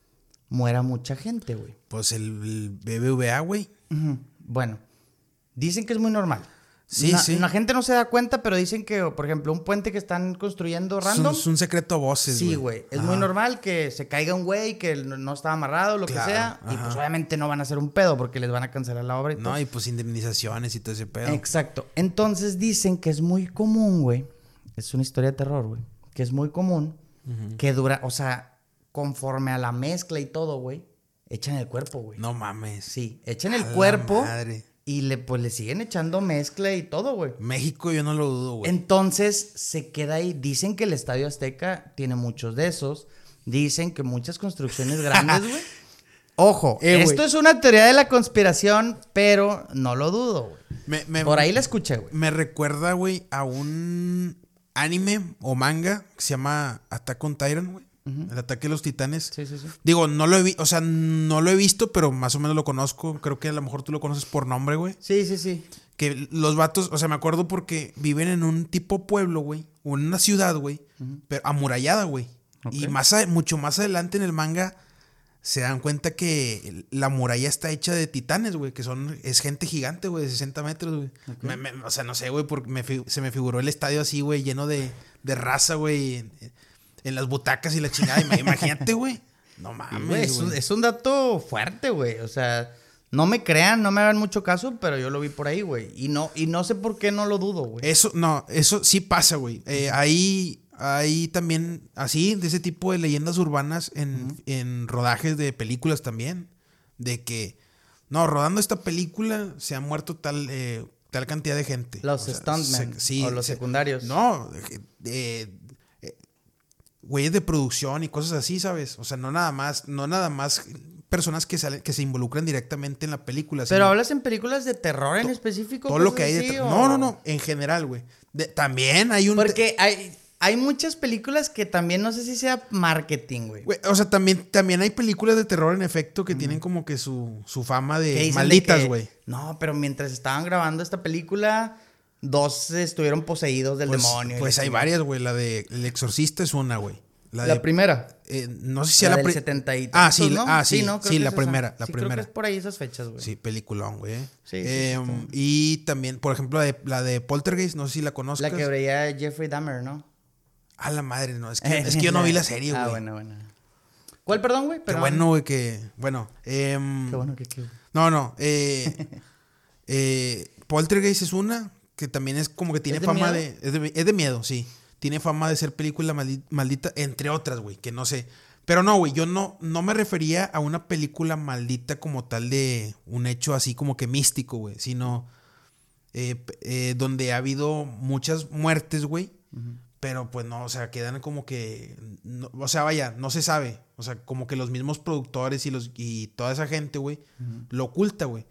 muera mucha gente, güey. Pues el, el B B V A, güey. Ujú. Bueno, dicen que es muy normal. Sí, Na- sí. La gente no se da cuenta, pero dicen que, por ejemplo, un puente que están construyendo Es un, random. es un secreto a voces, Sí, güey. Es Ajá. muy normal que se caiga un güey que no no estaba amarrado, lo Claro, que sea. Y ajá. pues obviamente no van a hacer un pedo porque les van a cancelar la obra y todo. No, y pues indemnizaciones y todo ese pedo. Exacto. Entonces dicen que es muy común, güey. Es una historia de terror, güey. Que es muy común que dura, o sea, conforme a la mezcla y todo, güey, echan el cuerpo, güey. No mames. Sí, echan A el la cuerpo madre. y le, pues le siguen echando mezcla y todo, güey. México yo no lo dudo, güey. Entonces se queda ahí. Dicen que el Estadio Azteca tiene muchos de esos. Dicen que muchas construcciones grandes, güey. Ojo, Eh, esto güey. es una teoría de la conspiración, pero no lo dudo, güey. Me, me- Por ahí la escuché, güey. Me recuerda, güey, a un anime o manga que se llama Attack on Titan, güey. El ataque de los titanes. Sí, sí, sí. Digo, no lo he visto, o sea, no lo he visto, pero más o menos lo conozco. Creo que a lo mejor tú lo conoces por nombre, güey. Sí, sí, sí. Que los vatos, o sea, me acuerdo porque viven en un tipo pueblo, güey. O en una ciudad, güey. Pero amurallada, güey. Ok. Y más a- mucho más adelante en el manga se dan cuenta que la muralla está hecha de titanes, güey. Que son, es gente gigante, güey, de sesenta metros, güey. Me- me- o sea, no sé, güey, porque me fi- se me figuró el estadio así, güey, lleno de, de raza, güey. En, en las butacas y la chingada. Ima- Imagínate, güey. No Güey, mames, es, un, güey. es un dato fuerte, güey. O sea, no me crean, no me hagan mucho caso, pero yo lo vi por ahí, güey. Y no, y no sé por qué no lo dudo, güey. Eso, no, eso sí pasa, güey. Eh, ahí, ahí también, así, de ese tipo de leyendas urbanas en, en rodajes de películas también. De que no, rodando esta película se ha muerto tal, eh, tal cantidad de gente. Los o sea, stuntmen se, sí, o los se, secundarios. No, eh, eh, güeyes de producción y cosas así, ¿sabes? O sea, no nada más, no nada más personas que salen, que se involucran directamente en la película. Pero hablas en películas de terror en específico. Todo lo que hay de terror. No, no, no, en general, güey. También hay un... Porque hay... Hay muchas películas que también no sé si sea marketing, güey. O sea, también, también hay películas de terror en efecto que mm. tienen como que su, su fama de malditas, güey. No, pero mientras estaban grabando esta película, dos estuvieron poseídos del pues, demonio. Pues hay varias, güey. La de El Exorcista es una, güey. La, la de, primera. Eh, no sé si la la del pri- setenta y Ah, sí, ¿no? ah, sí, sí, ¿no? sí la es primera, la sí, primera. Creo que es por ahí esas fechas, güey. Sí, peliculón, güey. Sí, eh, sí, sí, y también, por ejemplo, la de, la de Poltergeist, no sé si la conozcas. La que veía Jeffrey Dahmer, ¿no? A la madre, no, es que, es que yo no vi la serie, güey. Ah, bueno, bueno. ¿Cuál, perdón, güey? Qué bueno, güey, que... Bueno, eh... Qué bueno que... que... No, no, eh... eh Poltergeist es una que también es como que tiene ¿Es de fama miedo? de... Es de, es de miedo, sí. Tiene fama de ser película maldi- maldita, entre otras, güey, que no sé. Pero no, güey, yo no, no me refería a una película maldita como tal de un hecho así como que místico, güey, sino... Eh, eh, donde ha habido muchas muertes, güey. Uh-huh. Pero pues no, o sea, quedan como que... No, o sea, vaya, no se sabe. O sea, como que los mismos productores y, los, y toda esa gente, güey, uh-huh. lo oculta, güey.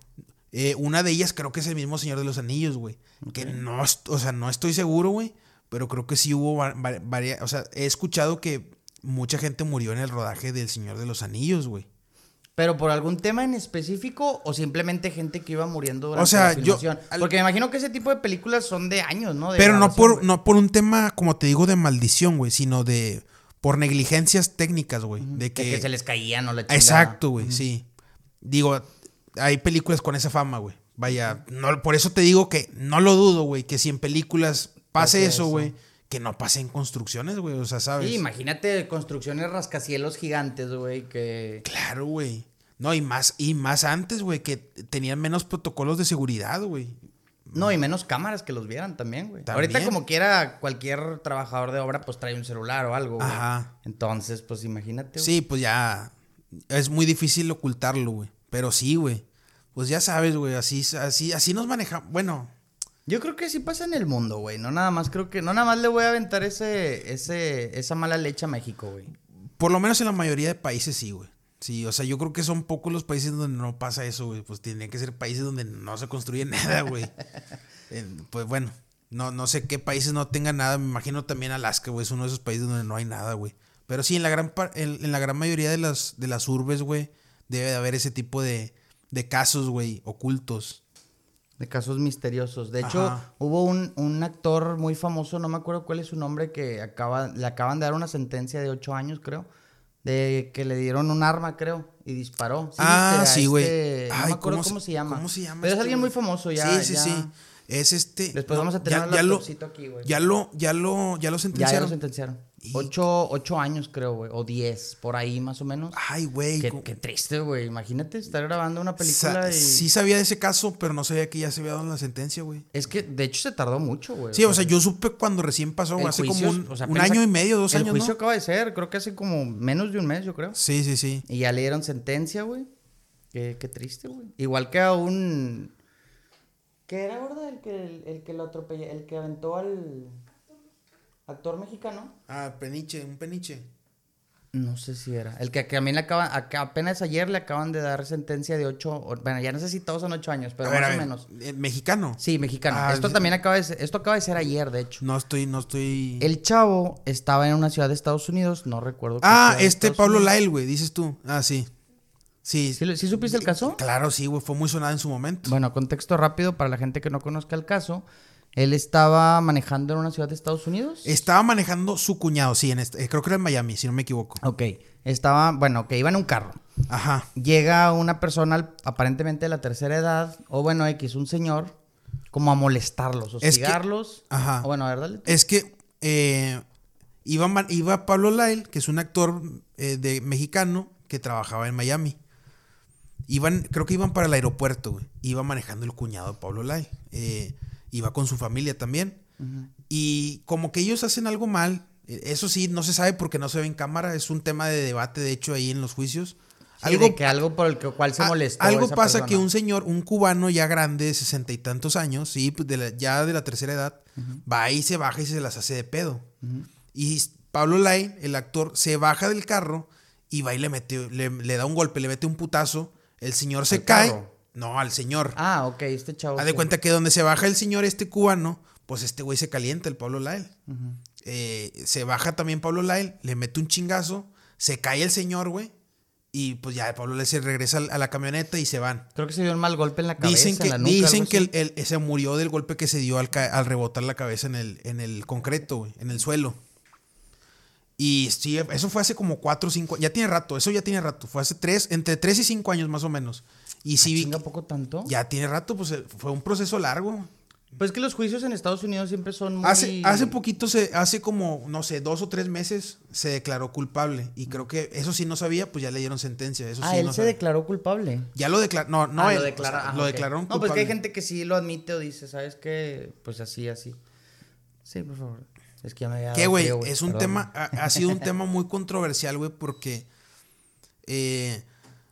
Eh, una de ellas creo que es el mismo Señor de los Anillos, güey. Okay. Que no, o sea, no estoy seguro, güey. Pero creo que sí hubo varias... O sea, he escuchado que mucha gente murió en el rodaje del Señor de los Anillos, güey. ¿Pero por algún tema en específico o simplemente gente que iba muriendo durante o sea, la filmación? Yo, Porque me imagino que ese tipo de películas son de años, ¿no? De pero no por, wey. no por un tema, como te digo, de maldición, güey, sino de... Por negligencias técnicas, güey. Uh-huh. De, que, de que se les caían o la chingada. Exacto, güey, uh-huh. sí. Digo, hay películas con esa fama, güey. Vaya, no, por eso te digo que no lo dudo, güey, que si en películas pase eso, güey, que no pase en construcciones, güey, o sea, ¿sabes? Sí, imagínate construcciones rascacielos gigantes, güey, que... Claro, güey. No, y más, y más antes, güey, que tenían menos protocolos de seguridad, güey. No, y menos cámaras que los vieran también, güey. Ahorita como quiera cualquier trabajador de obra pues trae un celular o algo, güey. Ajá. Entonces, pues imagínate, güey. Sí, pues ya es muy difícil ocultarlo, güey. Pero sí, güey. Pues ya sabes, güey, así, así, así nos manejamos. Bueno. Yo creo que sí pasa en el mundo, güey. No nada más creo que... No nada más le voy a aventar ese, ese, esa mala leche a México, güey. Por lo menos en la mayoría de países sí, güey. Sí, o sea, yo creo que son pocos los países donde no pasa eso, güey. Pues tendrían que ser países donde no se construye nada, güey. eh, pues bueno, no, no sé qué países no tengan nada. Me imagino también Alaska, güey. Es uno de esos países donde no hay nada, güey. Pero sí, en la gran, en, en la gran mayoría de las, de las urbes, güey, debe de haber ese tipo de, de casos, güey, ocultos. De casos misteriosos. De hecho, Ajá. hubo un, un actor muy famoso, no me acuerdo cuál es su nombre, que acaba, le acaban de dar una sentencia de ocho años, creo. De que le dieron un arma, creo, y disparó. ¿Sí, ah, sí, güey. Este, no me acuerdo cómo, cómo se llama. ¿Cómo se llama? Pero este, es alguien wey? muy famoso ya. Sí, sí, ya... sí. Es este... Después no, vamos a tener ya, un ya laptopcito lo, aquí, güey. Ya lo, ya lo, ya lo sentenciaron. Ya lo sentenciaron. Y... Ocho, ocho años, creo, güey. O diez, por ahí más o menos. Ay, güey. Qué, qué triste, güey. Imagínate estar grabando una película Sa- y... Sí sabía de ese caso, pero no sabía que ya se había dado la sentencia, güey. Es que, de hecho, se tardó mucho, güey. Sí, o sea, yo supe cuando recién pasó, güey. Hace juicio, como un, o sea, un año y medio, dos el años, El juicio ¿no? acaba de ser, creo que hace como menos de un mes, yo creo. Sí, sí, sí. Y ya le dieron sentencia, güey. Qué, qué triste, güey. Igual que a un... ¿Qué era, verdad? El que, el, el que lo atropelló, el que aventó al actor mexicano. Ah, peniche, un peniche. No sé si era. El que, que a mí le acaban, a, que apenas ayer le acaban de dar sentencia de ocho, bueno, ya no sé si todos son ocho años, pero a ver, más a o ver, menos. ¿Mexicano? Sí, mexicano. Ah, esto sí. también acaba de ser, esto acaba de ser ayer, de hecho. No estoy, no estoy... El chavo estaba en una ciudad de Estados Unidos, no recuerdo. Ah, este Pablo Lyle, güey, dices tú. Ah, sí. Sí. ¿Sí, ¿Sí supiste el caso? Claro, sí, güey, fue muy sonado en su momento. Bueno, contexto rápido para la gente que no conozca el caso. Él estaba manejando en una ciudad de Estados Unidos. Estaba manejando su cuñado, sí, en este, creo que era en Miami, si no me equivoco. Ok, estaba, bueno, que iba en un carro. Ajá. Llega una persona aparentemente de la tercera edad, o bueno, X, un señor, como a molestarlos, hostigarlos. Es que, ajá. O bueno, a ver, dale. Es que eh, iba, iba Pablo Lyle, que es un actor eh, de mexicano que trabajaba en Miami. Iban, creo que iban para el aeropuerto, güey. Iba manejando el cuñado de Pablo Lyle. Eh, iba con su familia también. Uh-huh. Y como que ellos hacen algo mal. Eso sí, no se sabe porque no se ve en cámara. Es un tema de debate, de hecho, ahí en los juicios. algo, de que algo por el cual se molestó. A, algo esa pasa persona. que un señor, un cubano ya grande, de sesenta y tantos años, sí, pues de la, ya de la tercera edad, uh-huh. va y se baja y se las hace de pedo. Uh-huh. Y Pablo Lyle, el actor, se baja del carro y va y le mete, le, le da un golpe, le mete un putazo. El señor se cae. Carro? No, al señor. Ah, ok, este chavo. Haz de cuenta que donde se baja el señor, este cubano, pues este güey se calienta, el Pablo Lyle. Uh-huh. Eh, se baja también Pablo Lyle, le mete un chingazo, se cae el señor, güey. Y pues ya Pablo Lyle se regresa a la camioneta y se van. Creo que se dio un mal golpe en la cabeza. Dicen que, en la nuca, dicen que el, el, se murió del golpe que se dio al, al rebotar la cabeza en el, en el concreto, güey, en el suelo. Y sí, eso fue hace como cuatro o cinco, ya tiene rato, eso ya tiene rato. Fue hace tres, entre tres y cinco años más o menos. Y sí, ¿chinga poco tanto? Ya tiene rato, pues fue un proceso largo. Pues que los juicios en Estados Unidos siempre son muy... Hace, hace poquito, se, hace como, no sé, dos o tres meses se declaró culpable. Y creo que eso sí no sabía, pues ya le dieron sentencia. Eso ah, sí él no se sabía. declaró culpable. Ya lo declaró, no, no ah, él, lo, declara, o sea, ah, lo okay. declararon culpable. No, pues que hay gente que sí lo admite o dice, ¿sabes qué? Pues así, así. Sí, por favor. Es que ya me había ¿Qué, güey? Es un perdón. tema, ha, ha sido un tema muy controversial, güey, porque... Eh,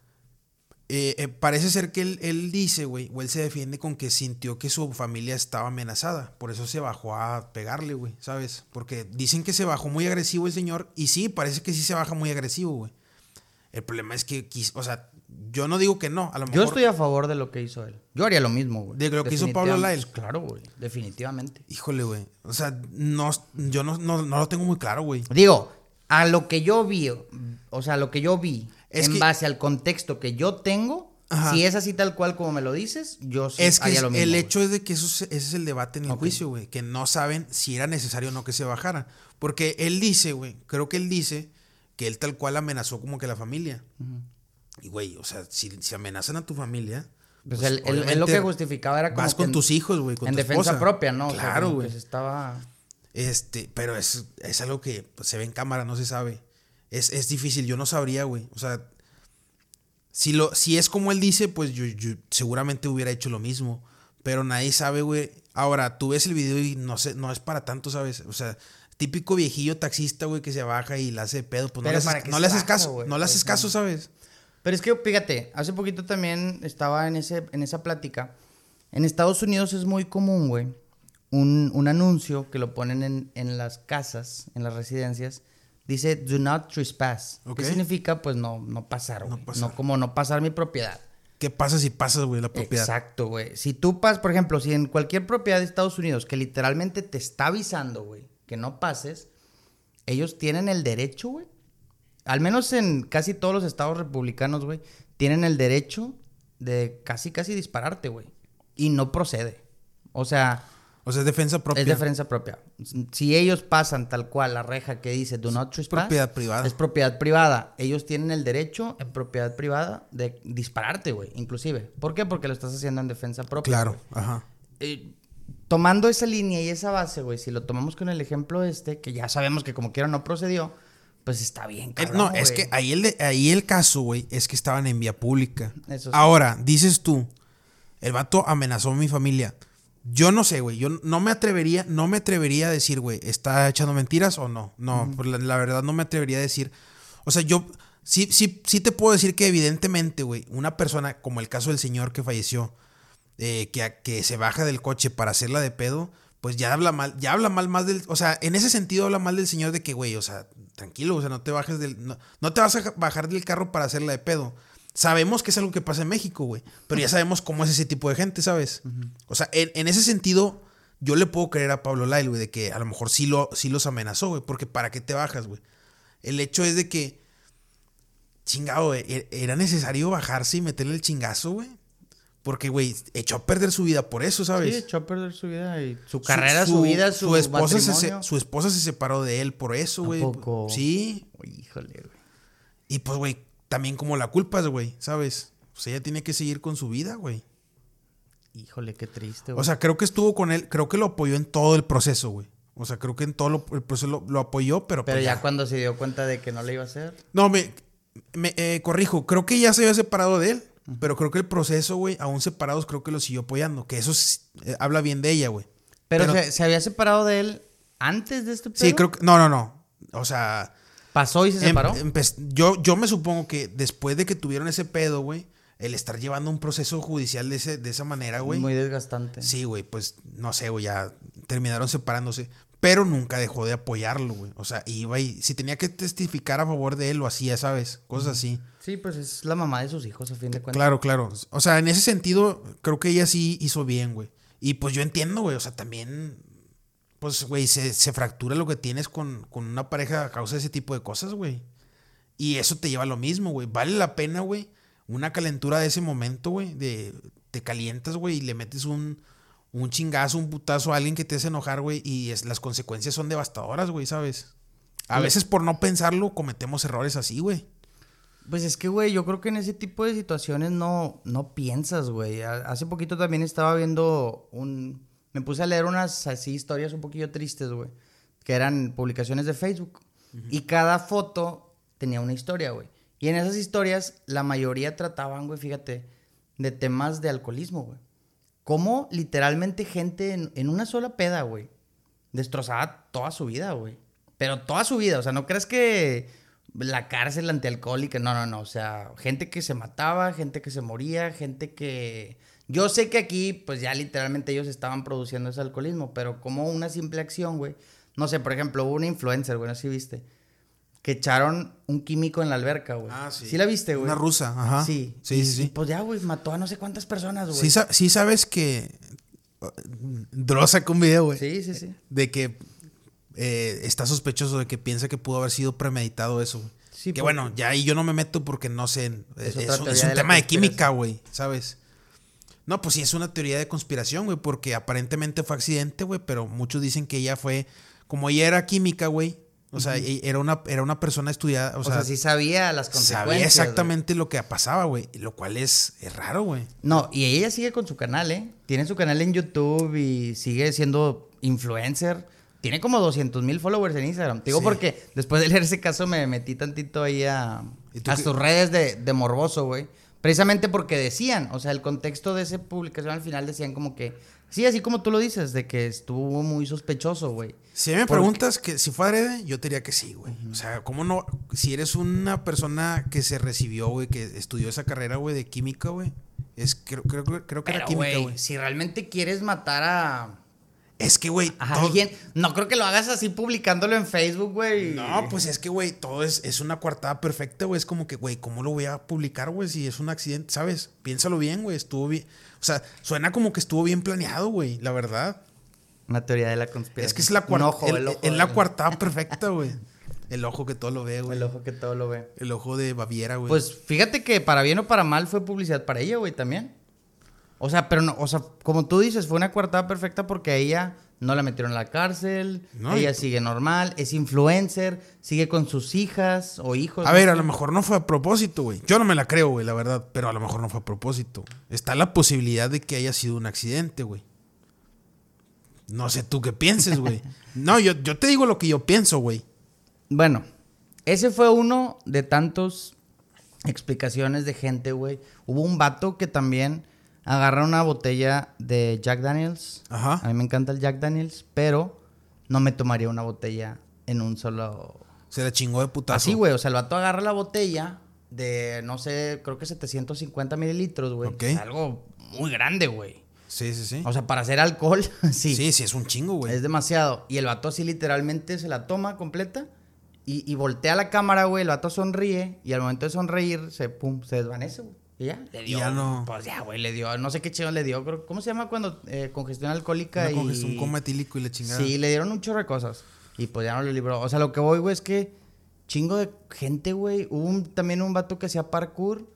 Eh, eh, parece ser que él, él dice, güey, o él se defiende con que sintió que su familia estaba amenazada. Por eso se bajó a pegarle, güey, ¿sabes? Porque dicen que se bajó muy agresivo el señor. Y sí, parece que sí se baja muy agresivo, güey. El problema es que, o sea, yo no digo que no. A lo mejor, yo estoy a favor de lo que hizo él. Yo haría lo mismo, güey. De lo que hizo Pablo Lyle. Claro, güey, definitivamente. Híjole, güey. O sea, no, yo no, no, no lo tengo muy claro, güey. Digo, a lo que yo vi, o sea, a lo que yo vi... Es en que, base al contexto que yo tengo, ajá. si es así tal cual como me lo dices, yo sí es que haría es, lo mismo. El güey. hecho es de que eso es, ese es el debate en el okay. juicio, güey. Que no saben si era necesario o no que se bajaran. Porque él dice, güey, creo que él dice que él tal cual amenazó como que la familia. Uh-huh. Y, güey, o sea, si, si amenazan a tu familia... Pues, pues él, él lo que justificaba era como vas con en, tus hijos, güey, con en tu defensa esposa. propia, ¿no? Claro, güey. O sea, pues estaba... Este, pero es, es algo que pues, se ve en cámara, no se sabe. Es, es difícil, yo no sabría, güey. O sea... Si, lo, si es como él dice, pues yo, yo seguramente hubiera hecho lo mismo. Pero nadie sabe, güey. Ahora, tú ves el video y no sé, no es para tanto, ¿sabes? O sea, típico viejillo taxista, güey, que se baja y la hace de pedo. Pues no le haces, no le haces caso, güey. No le haces caso, ¿sabes? Pero es que, fíjate, hace poquito también estaba en, ese, en esa plática. En Estados Unidos es muy común, güey, un, un anuncio que lo ponen en, en las casas, en las residencias. Dice, do not trespass. Okay. ¿Qué significa? Pues no, no pasar, güey. No, pasar. no como no pasar mi propiedad. ¿Qué pasa si pasas, güey, la propiedad? Exacto, güey. Si tú pasas, por ejemplo, si en cualquier propiedad de Estados Unidos que literalmente te está avisando, güey, que no pases, ellos tienen el derecho, güey. Al menos en casi todos los estados republicanos, güey, tienen el derecho de casi, casi dispararte, güey. Y no procede. O sea... O sea, es defensa propia. Es defensa propia. Si ellos pasan tal cual la reja que dice do not trespass, propiedad privada. Es propiedad privada. Ellos tienen el derecho en propiedad privada de dispararte, güey, inclusive. ¿Por qué? Porque lo estás haciendo en defensa propia. Claro, güey. ajá. Eh, tomando esa línea y esa base, güey, si lo tomamos con el ejemplo este, que ya sabemos que como quiera no procedió, pues está bien, cabrón, No, güey. es que ahí el, de, ahí el caso, güey, es que estaban en vía pública. Eso sí. Ahora, dices tú, el vato amenazó a mi familia. Yo no sé, güey. Yo no me atrevería, no me atrevería a decir, güey, ¿está echando mentiras o no? No, uh-huh. pues la, la verdad no me atrevería a decir. O sea, yo sí, sí, sí te puedo decir que evidentemente, güey, una persona como el caso del señor que falleció, eh, que, que se baja del coche para hacerla de pedo, pues ya habla mal, ya habla mal más del, o sea, en ese sentido habla mal del señor de que, güey, o sea, tranquilo, o sea, no te bajes del, no, no te vas a bajar del carro para hacerla de pedo. Sabemos que es algo que pasa en México, güey. Pero ya sabemos cómo es ese tipo de gente, ¿sabes? Uh-huh. O sea, en, en ese sentido, yo le puedo creer a Pablo Lyle, güey, de que a lo mejor sí, lo, sí los amenazó, güey. Porque ¿para qué te bajas, güey? El hecho es de que, chingado, güey, era necesario bajarse y meterle el chingazo, güey. Porque, güey, echó a perder su vida por eso, ¿sabes? Sí, echó a perder su vida y su carrera, su, su vida, su, su esposa matrimonio. Se, su esposa se separó de él por eso, güey. ¿A poco? Sí. Uy, híjole, güey. Y pues, güey, también como la culpas, güey, ¿sabes? O sea, ella tiene que seguir con su vida, güey. Híjole, qué triste, güey. O sea, creo que estuvo con él, creo que lo apoyó en todo el proceso, güey. O sea, creo que en todo lo, el proceso lo, lo apoyó, pero... Pero pues ya, ya cuando se dio cuenta de que no le iba a hacer... No, me, me eh, corrijo, creo que ya se había separado de él, uh-huh. pero creo que el proceso, güey, aún separados, creo que lo siguió apoyando. Que eso es, eh, habla bien de ella, güey. Pero, pero se, se había separado de él antes de este pedo. Sí, creo que... No, no, no. O sea... ¿Pasó y se separó? Em, yo, yo me supongo que después de que tuvieron ese pedo, güey, el estar llevando un proceso judicial de, ese, de esa manera, güey. Muy desgastante. Sí, güey, pues no sé, güey, ya terminaron separándose. Pero nunca dejó de apoyarlo, güey. O sea, iba y si tenía que testificar a favor de él, lo hacía, ¿sabes? Cosas así. Sí, pues es la mamá de sus hijos, a fin de cuentas. Claro, claro. O sea, en ese sentido, creo que ella sí hizo bien, güey. Y pues yo entiendo, güey. O sea, también, pues, güey, se, se fractura lo que tienes con, con una pareja a causa de ese tipo de cosas, güey. Y eso te lleva a lo mismo, güey. Vale la pena, güey. Una calentura de ese momento, güey. De, te calientas, güey, y le metes un... un chingazo, un putazo a alguien que te hace enojar, güey, y es, las consecuencias son devastadoras, güey, ¿sabes? A veces por no pensarlo cometemos errores así, güey. Pues es que, güey, yo creo que en ese tipo de situaciones no, no piensas, güey. Hace poquito también estaba viendo un... Me puse a leer unas así historias un poquillo tristes, güey, que eran publicaciones de Facebook. Uh-huh. Y cada foto tenía una historia, güey. Y en esas historias la mayoría trataban, güey, fíjate, de temas de alcoholismo, güey. Cómo literalmente gente en, en una sola peda, güey, destrozaba toda su vida, güey. Pero toda su vida, o sea, no crees que la cárcel antialcohólica, no, no, no. O sea, gente que se mataba, gente que se moría, gente que... Yo sé que aquí, pues ya literalmente ellos estaban produciendo ese alcoholismo, pero como una simple acción, güey. No sé, por ejemplo, hubo una influencer, güey, no sé si viste, que echaron un químico en la alberca, güey. Ah, sí. ¿Sí la viste, güey? Una rusa, ajá. Sí. Sí, y, sí, sí. Y pues ya, güey, mató a no sé cuántas personas, güey. Sí, sa- sí sabes que... Dross sacó un video, güey. Sí, sí, sí. De que eh, está sospechoso de que piensa que pudo haber sido premeditado eso, güey. Sí, que porque... bueno, ya ahí yo no me meto porque no sé. Es, Es, es, un, es un de tema de química, güey, ¿sabes? No, pues sí, es una teoría de conspiración, güey, porque aparentemente fue accidente, güey, pero muchos dicen que ella fue... Como ella era química, güey. O sea, uh-huh. era, una, era una persona estudiada. O, o sea, sea, sí sabía las consecuencias. Sabía exactamente wey. Lo que pasaba, güey. Lo cual es, es raro, güey. No, y ella sigue con su canal, ¿eh? Tiene su canal en YouTube y sigue siendo influencer. Tiene como doscientos mil followers en Instagram. Te digo sí. Porque después de leer ese caso me metí tantito ahí a, a sus redes de, de morboso, güey. Precisamente porque decían, o sea, el contexto de esa publicación al final decían como que... Sí, así como tú lo dices, de que estuvo muy sospechoso, güey. Si me Porque... preguntas que si fue adrede, yo te diría que sí, güey. Uh-huh. O sea, ¿cómo no? Si eres una persona que se recibió, güey, que estudió esa carrera, güey, de química, güey. Es, creo, creo, creo que Pero, era química, güey. Si realmente quieres matar a... Es que, güey... A todo... alguien... No creo que lo hagas así publicándolo en Facebook, güey. No, pues es que, güey, todo es, es una coartada perfecta, güey. Es como que, güey, ¿cómo lo voy a publicar, güey? Si es un accidente, ¿sabes? Piénsalo bien, güey. Estuvo bien... O sea, suena como que estuvo bien planeado, güey, la verdad. Una teoría de la conspiración. Es que es la coartada... ojo, el ojo, es la coartada perfecta, güey. El ojo que todo lo ve, güey. El ojo que todo lo ve. El ojo de Baviera, güey. Pues fíjate que para bien o para mal fue publicidad para ella, güey, también. O sea, pero no... O sea, como tú dices, fue una coartada perfecta porque a ella... No la metieron a la cárcel, no, ella y... sigue normal, es influencer, sigue con sus hijas o hijos. A ver, a lo mejor no fue a propósito, güey. Yo no me la creo, güey, la verdad, pero a lo mejor no fue a propósito. Está la posibilidad de que haya sido un accidente, güey. No sé tú qué pienses, güey. No, yo, yo te digo lo que yo pienso, güey. Bueno, ese fue uno de tantos explicaciones de gente, güey. Hubo un vato que también... Agarra una botella de Jack Daniels. Ajá. A mí me encanta el Jack Daniels, pero no me tomaría una botella en un solo... Se la chingó de putazo. Así, güey. O sea, el vato agarra la botella de, no sé, creo que setecientos cincuenta mililitros, güey. Ok. Es algo muy grande, güey. Sí, sí, sí. O sea, para hacer alcohol, sí. Sí, sí, es un chingo, güey. Es demasiado. Y el vato así literalmente se la toma completa y, y voltea a la cámara, güey. El vato sonríe y al momento de sonreír se, pum, se desvanece, güey. Y ya, le dio. Ya no. Pues ya, güey, le dio. No sé qué chingón le dio. ¿Cómo se llama cuando eh, congestión alcohólica? Una y congestión, coma etílico y la chingada. Sí, le dieron un chorro de cosas. Y pues ya no lo libró. O sea, lo que voy, güey, es que chingo de gente, güey. Hubo un, también un vato que hacía parkour.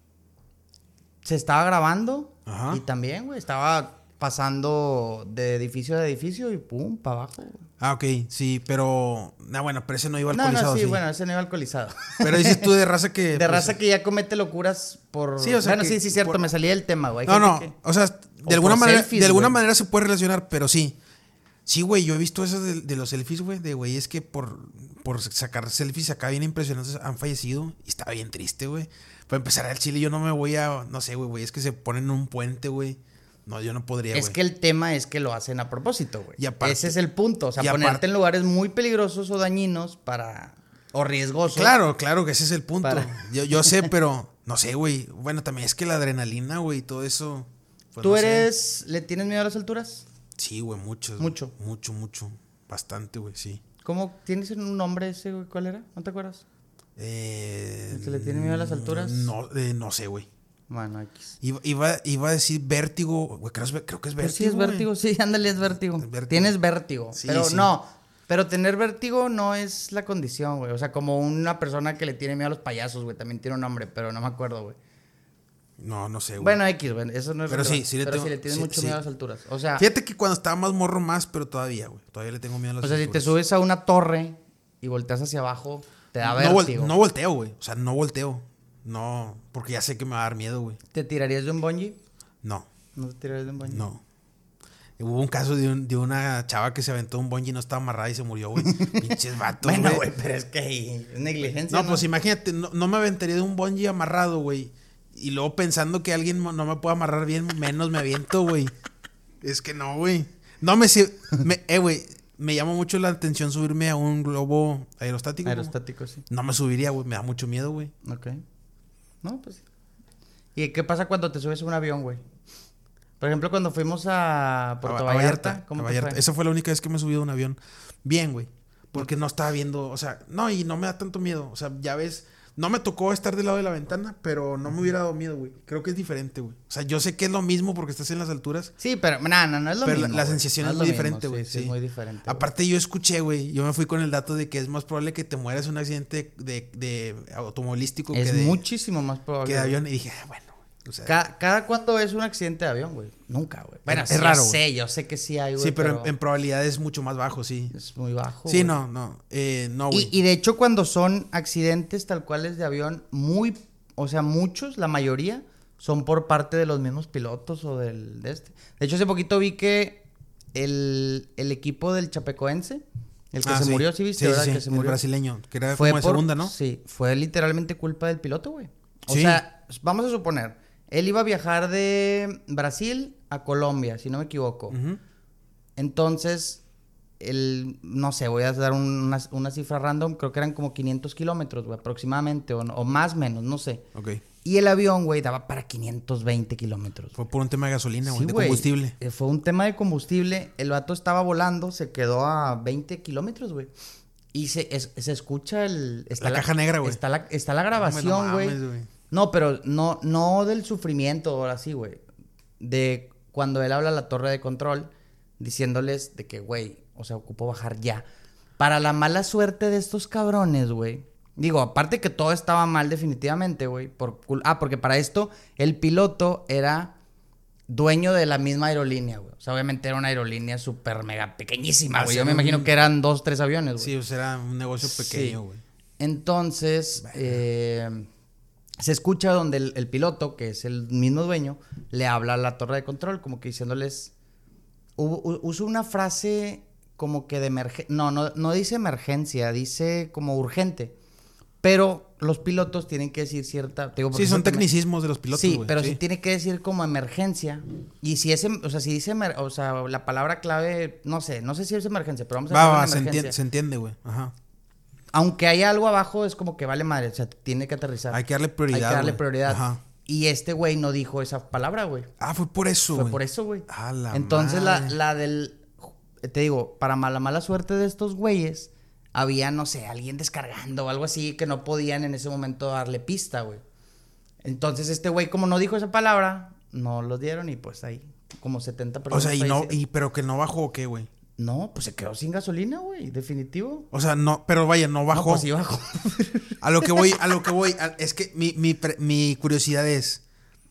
Se estaba grabando. Ajá. Y también, güey, estaba pasando de edificio a edificio y pum, para abajo, güey. Ah, ok, sí, pero... No, bueno, pero ese no iba No, alcoholizado, no, sí, sí. bueno, ese no iba alcoholizado. Pero dices tú de raza que... De pues, raza que ya comete locuras por... Sí, o sea bueno, que sí, sí, cierto, por- me salía del tema, güey. Hay No, gente no, que- o sea, O de alguna por manera, selfies, de alguna güey. manera se puede relacionar, pero sí. Sí, güey, yo he visto eso de, de los selfies, güey, de güey, es que por, por sacar selfies acá bien impresionantes han fallecido y está bien triste, güey. Para empezar al Chile yo no me voy a, no sé, güey, güey, es que se ponen en un puente, güey. No, yo no podría, güey. Es que el tema es que lo hacen a propósito, güey. Y aparte- Ese es el punto. O sea, y ponerte aparte- en lugares muy peligrosos o dañinos para... O riesgoso. Claro, claro que ese es el punto. Para... Yo, yo sé, pero no sé, güey. Bueno, también es que la adrenalina, güey, y todo eso. Pues, ¿Tú no eres, sé. ¿Le tienes miedo a las alturas? Sí, güey, mucho. Mucho. Mucho, mucho. Bastante, güey, sí. ¿Cómo tienes un nombre ese, güey? ¿Cuál era? ¿No te acuerdas? Eh, ¿Se le tiene miedo a las alturas? No, eh, no sé, güey. Bueno, X. Iba, iba, iba a decir vértigo, güey, creo, creo que es vértigo. Pues sí, es vértigo, güey. Sí, ándale, es vértigo. vértigo. Tienes vértigo. Sí, pero sí. no, pero tener vértigo no es la condición, güey. O sea, como una persona que le tiene miedo a los payasos, güey, también tiene un nombre, pero no me acuerdo, güey. No, no sé, güey. Bueno, X, güey, eso no es Pero sí, sí le pero tengo, sí le tienes sí, mucho sí. miedo a las alturas. O sea, fíjate que cuando estaba más morro más, pero todavía, güey. Todavía le tengo miedo a las alturas. O sea, alturas. si te subes a una torre y volteas hacia abajo, te da no, vértigo. No volteo, güey. O sea, no volteo. No, porque ya sé que me va a dar miedo, güey. ¿Te tirarías de un bungee? No. ¿No te tirarías de un bungee? No. Hubo un caso de, un, de una chava que se aventó un bungee y no estaba amarrada y se murió, güey. Pinches vatos, Bueno, güey, pero es que es negligencia. No, ¿no? Pues imagínate, no, no me aventaría de un bungee amarrado, güey. Y luego pensando que alguien no me puede amarrar bien, menos me aviento, güey. Es que no, güey. No me... me eh, güey, me llama mucho la atención subirme a un globo aerostático. Aerostático, ¿cómo? Sí. No me subiría, güey. Me da mucho miedo, güey. Ok. No, pues... ¿Y qué pasa cuando te subes a un avión, güey? Por ejemplo, cuando fuimos a Puerto a, a Vallarta, Vallarta. ¿Cómo a te Vallarta. fue? Esa fue la única vez que me he subido a un avión. Bien, güey. Porque no estaba viendo... O sea, no, y no me da tanto miedo. O sea, ya ves... No me tocó estar del lado de la ventana, pero no me hubiera dado miedo, güey. Creo que es diferente, güey. O sea, yo sé que es lo mismo porque estás en las alturas. Sí, pero no, no, no es lo pero mismo. Pero la, la sensación no es, es muy diferente, güey. Sí, sí, sí, es muy diferente. Aparte, güey. yo escuché, güey. Yo me fui con el dato de que es más probable que te mueras en un accidente de, de, de automovilístico es que de... Es muchísimo más probable. Que de avión. Y dije, ah, bueno. O sea, cada, cada cuánto es un accidente de avión, güey. Nunca, güey. Bueno, es sí, raro. Yo sé, yo sé que sí hay, güey. Sí, pero, pero en, en probabilidad es mucho más bajo, sí. Es muy bajo. Sí, wey. no, no. Eh, no, güey. Y, y de hecho, cuando son accidentes tal cuales de avión, muy, o sea, muchos, la mayoría, son por parte de los mismos pilotos o del de este. De hecho, hace poquito vi que el, el equipo del Chapecoense, el que ah, se sí. murió, ¿sí viste? Sí, ¿verdad? sí, Que se murió. El brasileño, que era fue como de por, segunda, ¿no? Sí, fue literalmente culpa del piloto, güey. O sí. sea, vamos a suponer... Él iba a viajar de Brasil a Colombia, si no me equivoco. Uh-huh. Entonces, el, no sé, voy a dar una, una cifra random. Creo que eran como quinientos kilómetros, güey, aproximadamente. O, o más o menos, no sé. Ok. Y el avión, güey, daba para quinientos veinte kilómetros. Fue por un tema de gasolina, güey, sí, de wey, combustible. Fue un tema de combustible. El vato estaba volando, se quedó a veinte kilómetros, güey. Y se, es, se escucha el... Está la, la caja negra, güey. Está la, está la grabación, güey. No, no, no, pero no, no del sufrimiento, ahora sí, güey. De cuando él habla a la torre de control, diciéndoles de que, güey, o sea, ocupo bajar ya. Para la mala suerte de estos cabrones, güey. Digo, aparte que todo estaba mal definitivamente, güey. Por, ah, porque para esto el piloto era dueño de la misma aerolínea, güey. O sea, obviamente era una aerolínea súper mega pequeñísima, güey. Yo me imagino que eran dos, tres aviones, güey. Sí, o sea, era un negocio pequeño, güey. Sí. Entonces, eh, se escucha donde el, el piloto, que es el mismo dueño, le habla a la torre de control, como que diciéndoles... Uso una frase como que de emergencia... No, no, no dice emergencia, dice como urgente. Pero los pilotos tienen que decir cierta... Digo, sí, son tecnicismos de los pilotos, Sí, wey. pero sí. sí tiene que decir como emergencia. Y si es... O sea, si dice... O sea, la palabra clave... No sé, no sé si es emergencia, pero vamos a va, decir va, una se emergencia. entiende, se entiende, güey. Ajá. Aunque haya algo abajo, es como que vale madre. O sea, tiene que aterrizar. Hay que darle prioridad, Hay que darle wey. prioridad. Ajá. Y este güey no dijo esa palabra, güey. Ah, fue por eso, Fue wey. por eso, güey. Ah, la Entonces, la, madre. la del... Te digo, para mala, mala suerte de estos güeyes, había, no sé, alguien descargando o algo así que no podían en ese momento darle pista, güey. Entonces, este güey, como no dijo esa palabra, no los dieron y pues ahí, como setenta personas. O sea, y no, fallecieron. y pero que no bajó o qué, güey. No, pues se quedó sin gasolina, güey, definitivo. O sea, no, pero vaya, no bajó. No, pues sí bajó. A lo que voy, a lo que voy, a, es que mi, mi, mi curiosidad es,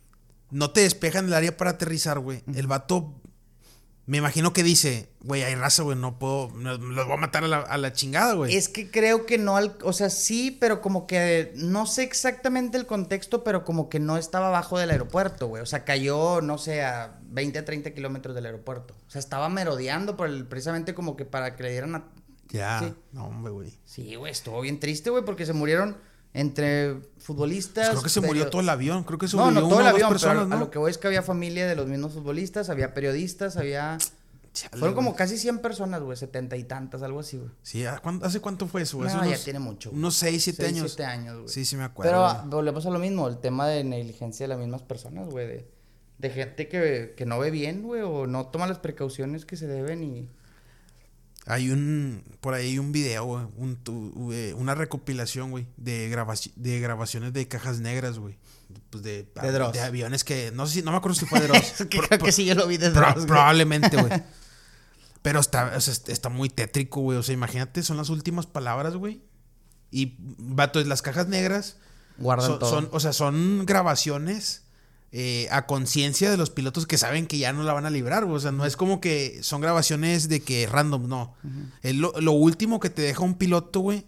no te despejan el área para aterrizar, güey. Uh-huh. El vato, me imagino que dice, güey, hay raza, güey, no puedo, no, los voy a matar a la, a la chingada, güey. Es que creo que no, al, o sea, sí, pero como que, no sé exactamente el contexto, pero como que no estaba abajo del aeropuerto, güey. O sea, cayó, no sé, a veinte a treinta kilómetros del aeropuerto. O sea, estaba merodeando por el, precisamente como que para que le dieran a... Ya, sí. No, hombre, güey. Sí, güey, estuvo bien triste, güey, porque se murieron entre futbolistas... Pues creo que se perio... murió todo el avión, creo que se No, murió no, todo el avión, personas, pero a, ¿no? a lo que voy es que había familia de los mismos futbolistas, había periodistas, había... Chale, Fueron como güey. casi cien personas, güey, setenta y tantas, algo así, güey. Sí, ¿hace cuánto fue eso? No, unos, ya tiene mucho. Güey. Unos seis, siete años. siete años, güey. Sí, sí me acuerdo. Pero güey. volvemos a lo mismo, el tema de negligencia de las mismas personas, güey, de, de gente que, que no ve bien, güey, o no toma las precauciones que se deben y... Hay un, por ahí un video, güey, un, tu, una recopilación, güey, de, grabaci- de grabaciones de cajas negras, güey. Pues de, de Dross. De aviones que, no sé si, no me acuerdo si fue de Dross. que Pro, creo que sí, yo lo vi de Dross. Pro, probablemente, güey. Pero está, o sea, está muy tétrico, güey. O sea, imagínate, son las últimas palabras, güey. Y, vato, las cajas negras guardan son, todo. Son, o sea, son grabaciones eh, a conciencia de los pilotos que saben que ya no la van a librar, güey. O sea, no es como que son grabaciones de que random, no. Uh-huh. Es lo, lo último que te deja un piloto, güey,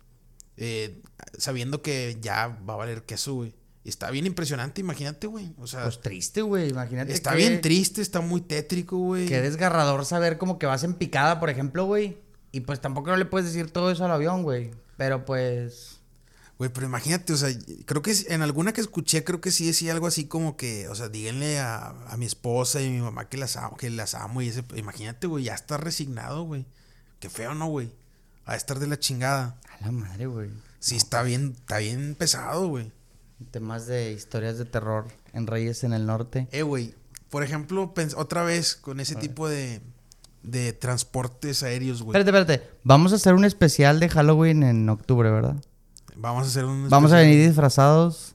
eh, sabiendo que ya va a valer queso, güey. Está bien impresionante, imagínate, güey. O sea, pues triste, güey, imagínate. Está que, bien triste, está muy tétrico, güey. Qué desgarrador saber como que vas en picada, por ejemplo, güey. Y pues tampoco no le puedes decir todo eso al avión, güey. Pero pues... Güey, pero imagínate, o sea, creo que en alguna que escuché, creo que sí decía algo así como que, o sea, díganle a, a mi esposa y a mi mamá que las amo, que las amo y ese... Imagínate, güey, ya está resignado, güey. Qué feo, ¿no, güey? A estar de la chingada. A la madre, güey. Sí, no, está bien, está bien pesado, güey. Temas de historias de terror en Reyes en el Norte. Eh, güey, por ejemplo, pens- otra vez con ese tipo de, de transportes aéreos, güey. Espérate, espérate. Vamos a hacer un especial de Halloween en octubre, ¿verdad? Vamos a hacer un... Vamos a venir disfrazados.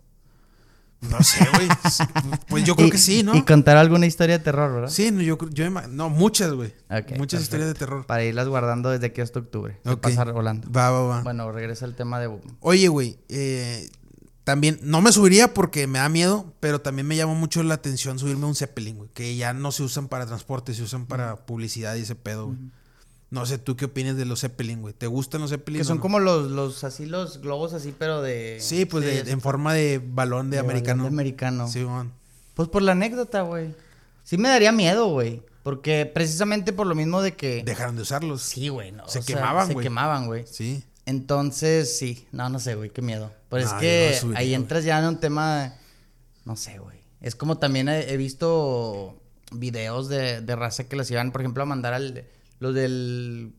No sé, güey. Pues yo creo y, que sí, ¿no? Y contar alguna historia de terror, ¿verdad? Sí, no, yo, yo no, muchas, güey. Okay, muchas perfecto. historias de terror. Para irlas guardando desde aquí hasta octubre. Okay. Pasar volando. Va, va, va. Bueno, regresa al tema de... Oye, güey, eh, también, no me subiría porque me da miedo, pero también me llama mucho la atención subirme a un Zeppelin, güey. Que ya no se usan para transporte, se usan para uh-huh. publicidad y ese pedo, güey. Uh-huh. No sé, ¿tú qué opinas de los Zeppelin, güey? ¿Te gustan los Zeppelin? Que son no? como los, los, así, los globos así, pero de... Sí, pues sí, de, de, en forma de balón de, de americano. Balón de americano. Sí, man. Pues por la anécdota, güey. Sí me daría miedo, güey. Porque precisamente por lo mismo de que... Dejaron de usarlos. Sí, güey. No, se quemaban, güey. Se quemaban, güey. Sí. Entonces, sí. No, no sé, güey. Qué miedo. Pero no, es que no subiría, ahí entras ya en un tema... No sé, güey. Es como también he, he visto videos de, de raza que las iban, por ejemplo, a mandar al... Los del...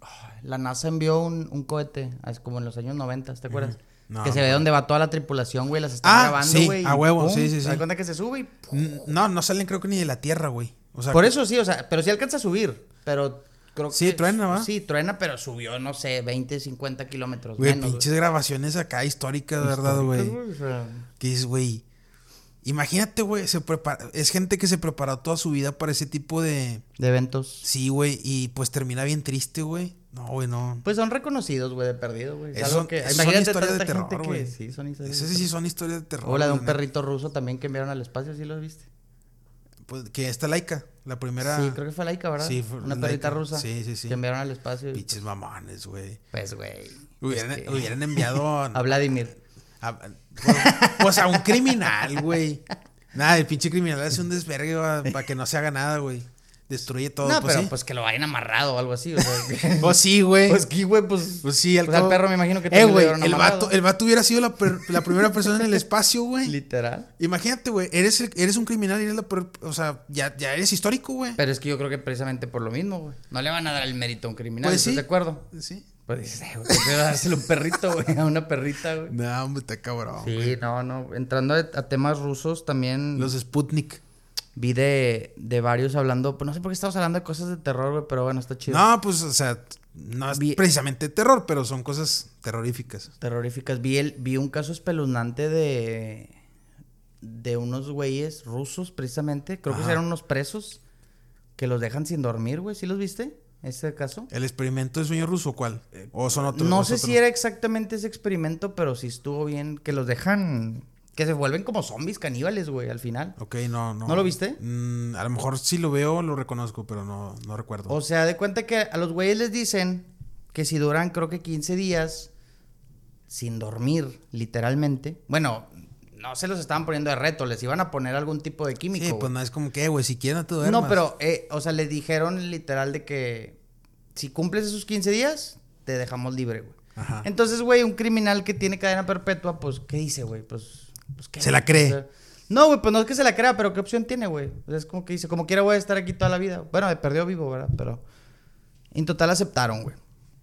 La NASA envió un, un cohete, es como en los años noventa, ¿te acuerdas? Uh-huh. No, que se ve no. donde va toda la tripulación, güey, las están ah, grabando, güey. Sí, a huevo, pum, sí, sí, sí. ¿Te das cuenta que se sube? Y... No, no salen creo que ni de la Tierra, güey. O sea, por que... eso sí, o sea, pero sí alcanza a subir, pero creo sí, que... Sí, truena, ¿va? Sí, truena, pero subió, no sé, veinte, cincuenta kilómetros güey, menos. Pinches güey. Grabaciones acá históricas, ¿verdad, güey? O sea... Que dices, güey... Imagínate, güey, se prepara, es gente que se preparó toda su vida para ese tipo de... De eventos. Sí, güey, y pues termina bien triste, güey. No, güey, no. Pues son reconocidos, güey, de perdido, güey. Es son, que... son historias de terror, güey. Sí, son historias Esas sí son historias de terror. O la de un perrito ruso también que enviaron al espacio, ¿sí lo viste? Pues que esta Laika, la primera... Sí, creo que fue Laika, ¿verdad? Sí, fue una perrita Laika. rusa. Sí, sí, sí. Que enviaron al espacio. Pinches mamones, güey. Pues, güey. Hubieran, es que... hubieran enviado... a Vladimir. A, pues, pues a un criminal, güey. Nada, el pinche criminal hace un desvergue para que no se haga nada, güey. Destruye todo. No, pues, pero sí. pues que lo vayan amarrado o algo así. O sea, pues sí, güey. Pues sí, güey, pues. Pues sí, al, pues al perro me imagino que eh, güey, el vato, el vato hubiera sido la, per, la primera persona en el espacio, güey. Literal. Imagínate, güey, eres, el, eres un criminal y eres la per, o sea, ya, ya eres histórico, güey. Pero es que yo creo que precisamente por lo mismo, güey. No le van a dar el mérito a un criminal, pues sí. ¿estás de acuerdo? Sí. Pues dices, eh, güey, pero dárselo a un perrito, güey, a una perrita, güey. No, hombre, está cabrón. Sí, güey. no, no. Entrando a, a temas rusos también. Los Sputnik. Vi de, de varios hablando, pues no sé por qué estamos hablando de cosas de terror, güey, pero bueno, está chido. No, pues, o sea, no es vi, precisamente terror, pero son cosas terroríficas. Terroríficas. Vi, el, vi un caso espeluznante de, de unos güeyes rusos, precisamente. Creo Ajá. que eran unos presos que los dejan sin dormir, güey. ¿Sí los viste? ¿Ese caso? ¿El experimento de sueño ruso cuál? ¿O son otros? No sé otros? si era exactamente ese experimento, pero sí estuvo bien que los dejan... Que se vuelven como zombies caníbales, güey, al final. Ok, no, no. ¿No lo viste? Mm, a lo mejor sí lo veo, lo reconozco, pero no, no recuerdo. O sea, de cuenta que a los güeyes les dicen que si duran, creo que quince días sin dormir, literalmente. Bueno, no se los estaban poniendo de reto, les iban a poner algún tipo de químico. Sí, pues no es como que, güey, si quieren te duermas. No, pero, eh, o sea, les dijeron literal de que si cumples esos quince días, te dejamos libre, güey. Ajá. Entonces, güey, un criminal que tiene cadena perpetua, pues, ¿qué dice, güey? Pues... Pues, se la cree. O sea, No, güey, pues no es que se la crea, pero ¿qué opción tiene, güey? O sea, es como que dice, como quiera voy a estar aquí toda la vida. Bueno, me perdió vivo, ¿verdad? Pero en total aceptaron, güey.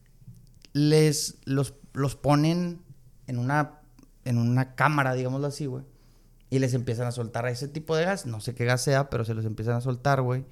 Les, los, los ponen en una, en una cámara, digámoslo así, güey. Y les empiezan a soltar ese tipo de gas. No sé qué gas sea, pero se los empiezan a soltar, güey.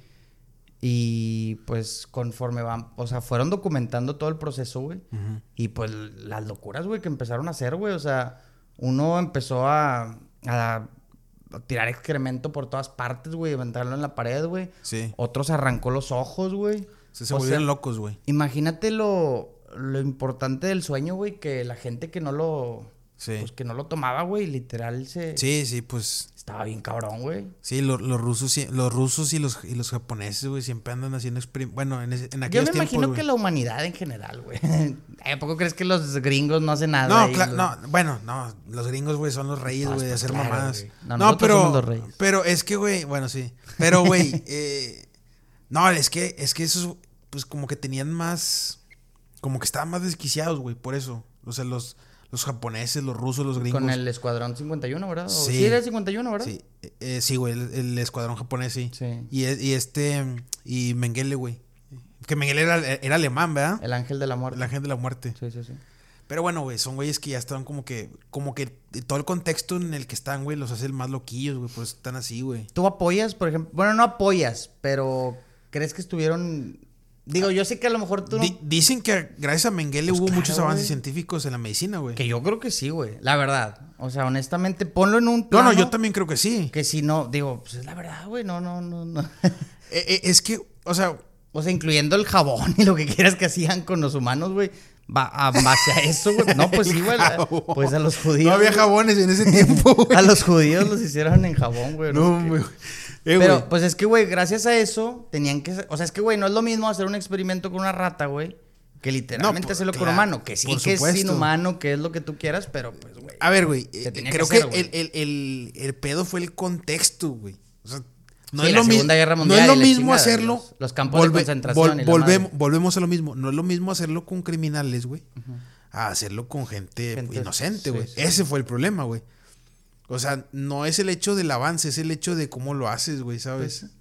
Y pues conforme van, o sea, fueron documentando todo el proceso, güey. Uh-huh. Y pues las locuras, güey, que empezaron a hacer, güey. O sea, uno empezó a, a tirar excremento por todas partes, güey. Aventarlo en la pared, güey. Sí. Otros arrancó los ojos, güey. Se, se volvieron locos, güey. Imagínate lo, lo importante del sueño, güey. Que la gente que no lo... Sí. Pues que no lo tomaba, güey. Literal se... Sí, sí, pues... Estaba bien cabrón, güey. Sí, lo, los rusos los rusos y los, y los japoneses, güey, siempre andan haciendo experimentos. Bueno, en, ese, en aquellos tiempos, yo me imagino wey. que la humanidad en general, güey. ¿A poco crees que los gringos no hacen nada? No, ahí, claro, no. Bueno, no. Los gringos, güey, son los reyes, güey, pues, de hacer claro, mamadas. No, no pero... Somos los reyes. Pero es que, güey, bueno, sí. Pero, güey, eh, no, es que, es que esos, pues, como que tenían más... Como que estaban más desquiciados, güey, por eso. O sea, los... Los japoneses, los rusos, los gringos. Con el Escuadrón cincuenta y uno, ¿verdad? Sí. Sí, era el cincuenta y uno, ¿verdad? Sí, eh, sí, güey, el, el Escuadrón japonés, sí. Sí. Y, y este, y Mengele, güey. Que Mengele era, era alemán, ¿verdad? El ángel de la muerte. El ángel de la muerte. Sí, sí, sí. Pero bueno, güey, son güeyes que ya estaban como que, como que todo el contexto en el que están, güey, los hace más loquillos, güey, por eso están así, güey. ¿Tú apoyas, por ejemplo? Bueno, no apoyas, pero ¿crees que estuvieron...? Digo, yo sé que a lo mejor tú no... D- dicen que gracias a Mengele pues hubo claro, muchos avances wey. científicos en la medicina, güey. Que yo creo que sí, güey. La verdad. O sea, honestamente, ponlo en un plano... No, no, yo también creo que sí. Que si no... Digo, pues es la verdad, güey. No, no, no, no. eh, eh, es que, o sea... O sea, incluyendo el jabón y lo que quieras que hacían con los humanos, güey. Va a base a eso, güey. No, pues sí, güey. Pues a los judíos... No había wey. jabones en ese tiempo, güey. A los judíos los hicieron en jabón, güey. No, no güey. Eh, Pero, wey. pues es que, güey, gracias a eso tenían que... O sea, es que, güey, no es lo mismo hacer un experimento con una rata, güey, que literalmente no, por, hacerlo claro, con un humano. Que sí, que supuesto. Es inhumano, que es lo que tú quieras, pero, pues, güey. A ver, güey, eh, creo que, hacer, que el, el, el, el pedo fue el contexto, güey. O sea, no, sí, es, lo mi- no es lo mismo chingada, hacerlo... Los, los campos volve, de concentración vol, y volvemos, volvemos a lo mismo. No es lo mismo hacerlo con criminales, güey, uh-huh. a hacerlo con gente, gente inocente, güey. Sí, sí. Ese fue el problema, güey. O sea, no es el hecho del avance, es el hecho de cómo lo haces, güey, ¿sabes? Pues,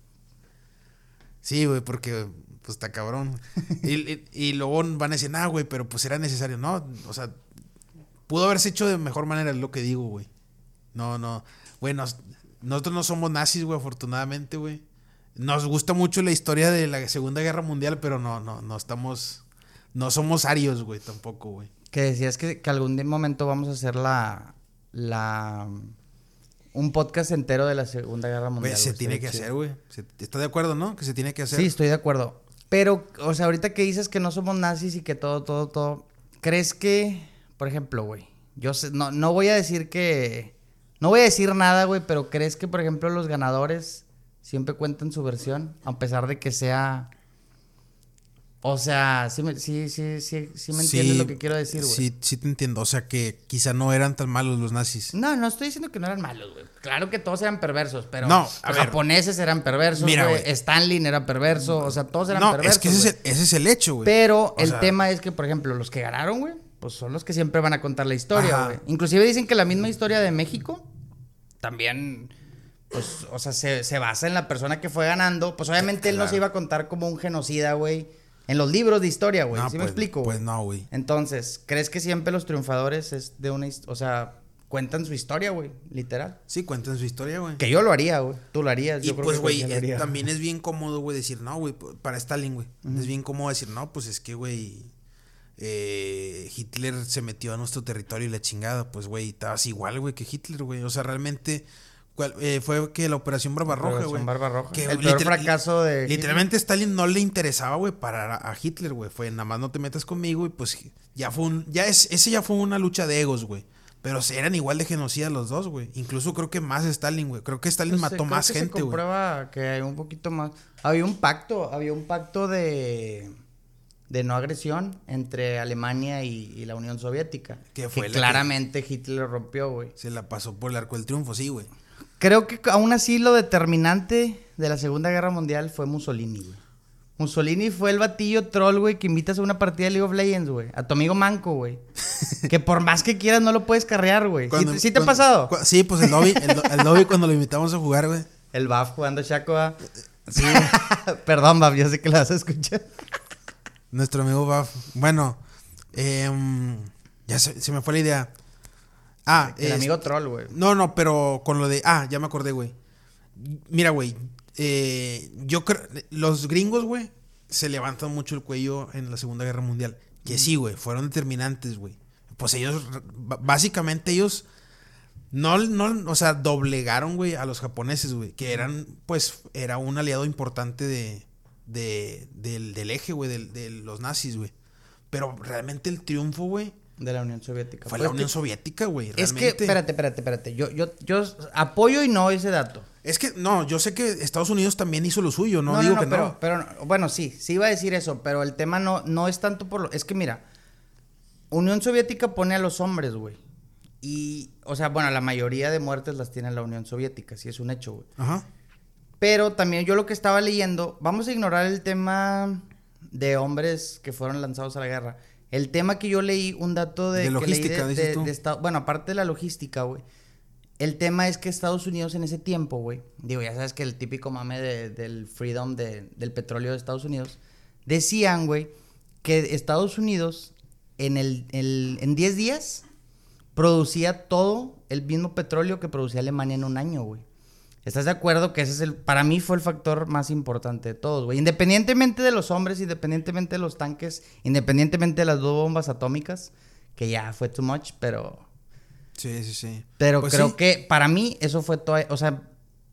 sí, güey, porque pues está cabrón. y, y, y luego van a decir, ah, güey, pero pues era necesario. No, o sea, pudo haberse hecho de mejor manera, es lo que digo, güey. No, no. Güey, nos, nosotros no somos nazis, güey, afortunadamente, güey. Nos gusta mucho la historia de la Segunda Guerra Mundial, pero no, no, no estamos... No somos arios, güey, tampoco, güey. Que decías que, que algún momento vamos a hacer la... la un podcast entero de la Segunda Guerra Mundial. Pues se tiene que chido. hacer, güey. ¿Estás de acuerdo, no? Que se tiene que hacer. Sí, estoy de acuerdo. Pero, o sea, ahorita que dices que no somos nazis y que todo, todo, todo... ¿Crees que, por ejemplo, güey, yo sé, no, no voy a decir que... No voy a decir nada, güey, pero ¿crees que, por ejemplo, los ganadores siempre cuentan su versión? A pesar de que sea... O sea, sí, me, sí, sí, sí, sí me entiendes sí, lo que quiero decir, güey. Sí, sí te entiendo. O sea, que quizá no eran tan malos los nazis. No, no estoy diciendo que no eran malos, güey. Claro que todos eran perversos, pero no, los ver, japoneses eran perversos, güey. Stalin era perverso, o sea, todos eran no, perversos. No, es que ese es, el, ese es el hecho, güey. Pero o el sea... tema es que, por ejemplo, los que ganaron, güey, pues son los que siempre van a contar la historia, güey. Inclusive dicen que la misma historia de México también... Pues, o sea, se, se basa en la persona que fue ganando. Pues obviamente claro. Él no se iba a contar como un genocida, güey. En los libros de historia, güey. No, ¿Sí pues, me explico, güey? Pues no, güey. Entonces, ¿crees que siempre los triunfadores es de una... O sea, cuentan su historia, güey? Literal. Sí, cuentan su historia, güey. Que yo lo haría, güey. Tú lo harías. Y yo creo pues, que güey, eh, también es bien cómodo, güey, decir, no, güey, para Stalin, güey. Uh-huh. Es bien cómodo decir, no, pues es que, güey, eh, Hitler se metió a nuestro territorio y la chingada. Pues, güey, estabas igual, güey, que Hitler, güey. O sea, realmente... ¿Cuál, eh, fue que la Operación Barbarroja, güey. Barbarroja. Que el peor fracaso de... Literalmente Hitler. Stalin no le interesaba, güey, parar a, a Hitler, güey. Fue, nada más no te metas conmigo y pues ya fue un... Ya es, ese ya fue una lucha de egos, güey. Pero eran igual de genocidas los dos, güey. Incluso creo que más Stalin, güey. Creo que Stalin pues, mató más gente, güey. Se comprueba wey. Que hay un poquito más... Había un pacto, había un pacto de... de no agresión entre Alemania y, y la Unión Soviética. Que fue que claramente que Hitler rompió, güey. Se la pasó por el arco del triunfo, sí, güey. Creo que aún así lo determinante de la Segunda Guerra Mundial fue Mussolini, güey. Mussolini fue el batillo troll, güey, que invitas a una partida de League of Legends, güey. A tu amigo manco, güey. Que por más que quieras no lo puedes carrear, güey. ¿Sí, ¿Sí te cuando, ha pasado? Cu- sí, pues el lobby, el, el lobby cuando lo invitamos a jugar, güey. El Baf jugando Shaco, ¿va? Sí. Perdón, Baf, yo sé que lo vas a escuchar. Nuestro amigo Baf. Bueno, eh, ya se, se me fue la idea. Ah, El es, amigo troll, güey. No, no, pero con lo de... Ah, ya me acordé, güey. Mira, güey. Eh, yo creo... Los gringos, güey, se levantan mucho el cuello en la Segunda Guerra Mundial. Que sí, güey, fueron determinantes, güey. Pues ellos... Básicamente ellos... No, no, o sea, doblegaron, güey, a los japoneses, güey. Que eran, pues, era un aliado importante de... de del, del eje, güey, de, de los nazis, güey. Pero realmente el triunfo, güey... De la Unión Soviética. Fue Pues la Unión que, Soviética, güey. Es que, espérate, espérate, espérate. Yo, yo, yo apoyo y no ese dato. Es que, no, yo sé que Estados Unidos también hizo lo suyo, no, No, digo no, no, que pero, no. pero, bueno, sí, sí iba a decir eso, pero el tema no, no es tanto por lo... Es que mira, Unión Soviética pone a los hombres, güey. Y, o sea, bueno, la mayoría de muertes las tiene la Unión Soviética, sí es un hecho, güey. Ajá. Pero también yo lo que estaba leyendo, vamos a ignorar el tema de hombres que fueron lanzados a la guerra. El tema que yo leí, un dato de... De que logística, leí de, dices de, tú. de esta- bueno, aparte de la logística, güey. El tema es que Estados Unidos en ese tiempo, güey, digo, ya sabes que el típico mame de, del freedom de, del petróleo de Estados Unidos, decían, güey, que Estados Unidos en el, el en diez días producía todo el mismo petróleo que producía Alemania en un año, güey. ¿Estás de acuerdo que ese es el, para mí fue el factor más importante de todos, güey? Independientemente de los hombres, independientemente de los tanques, independientemente de las dos bombas atómicas, que ya fue too much, pero... Sí, sí, sí. Pero Pues creo sí. que para mí eso fue todo, o sea,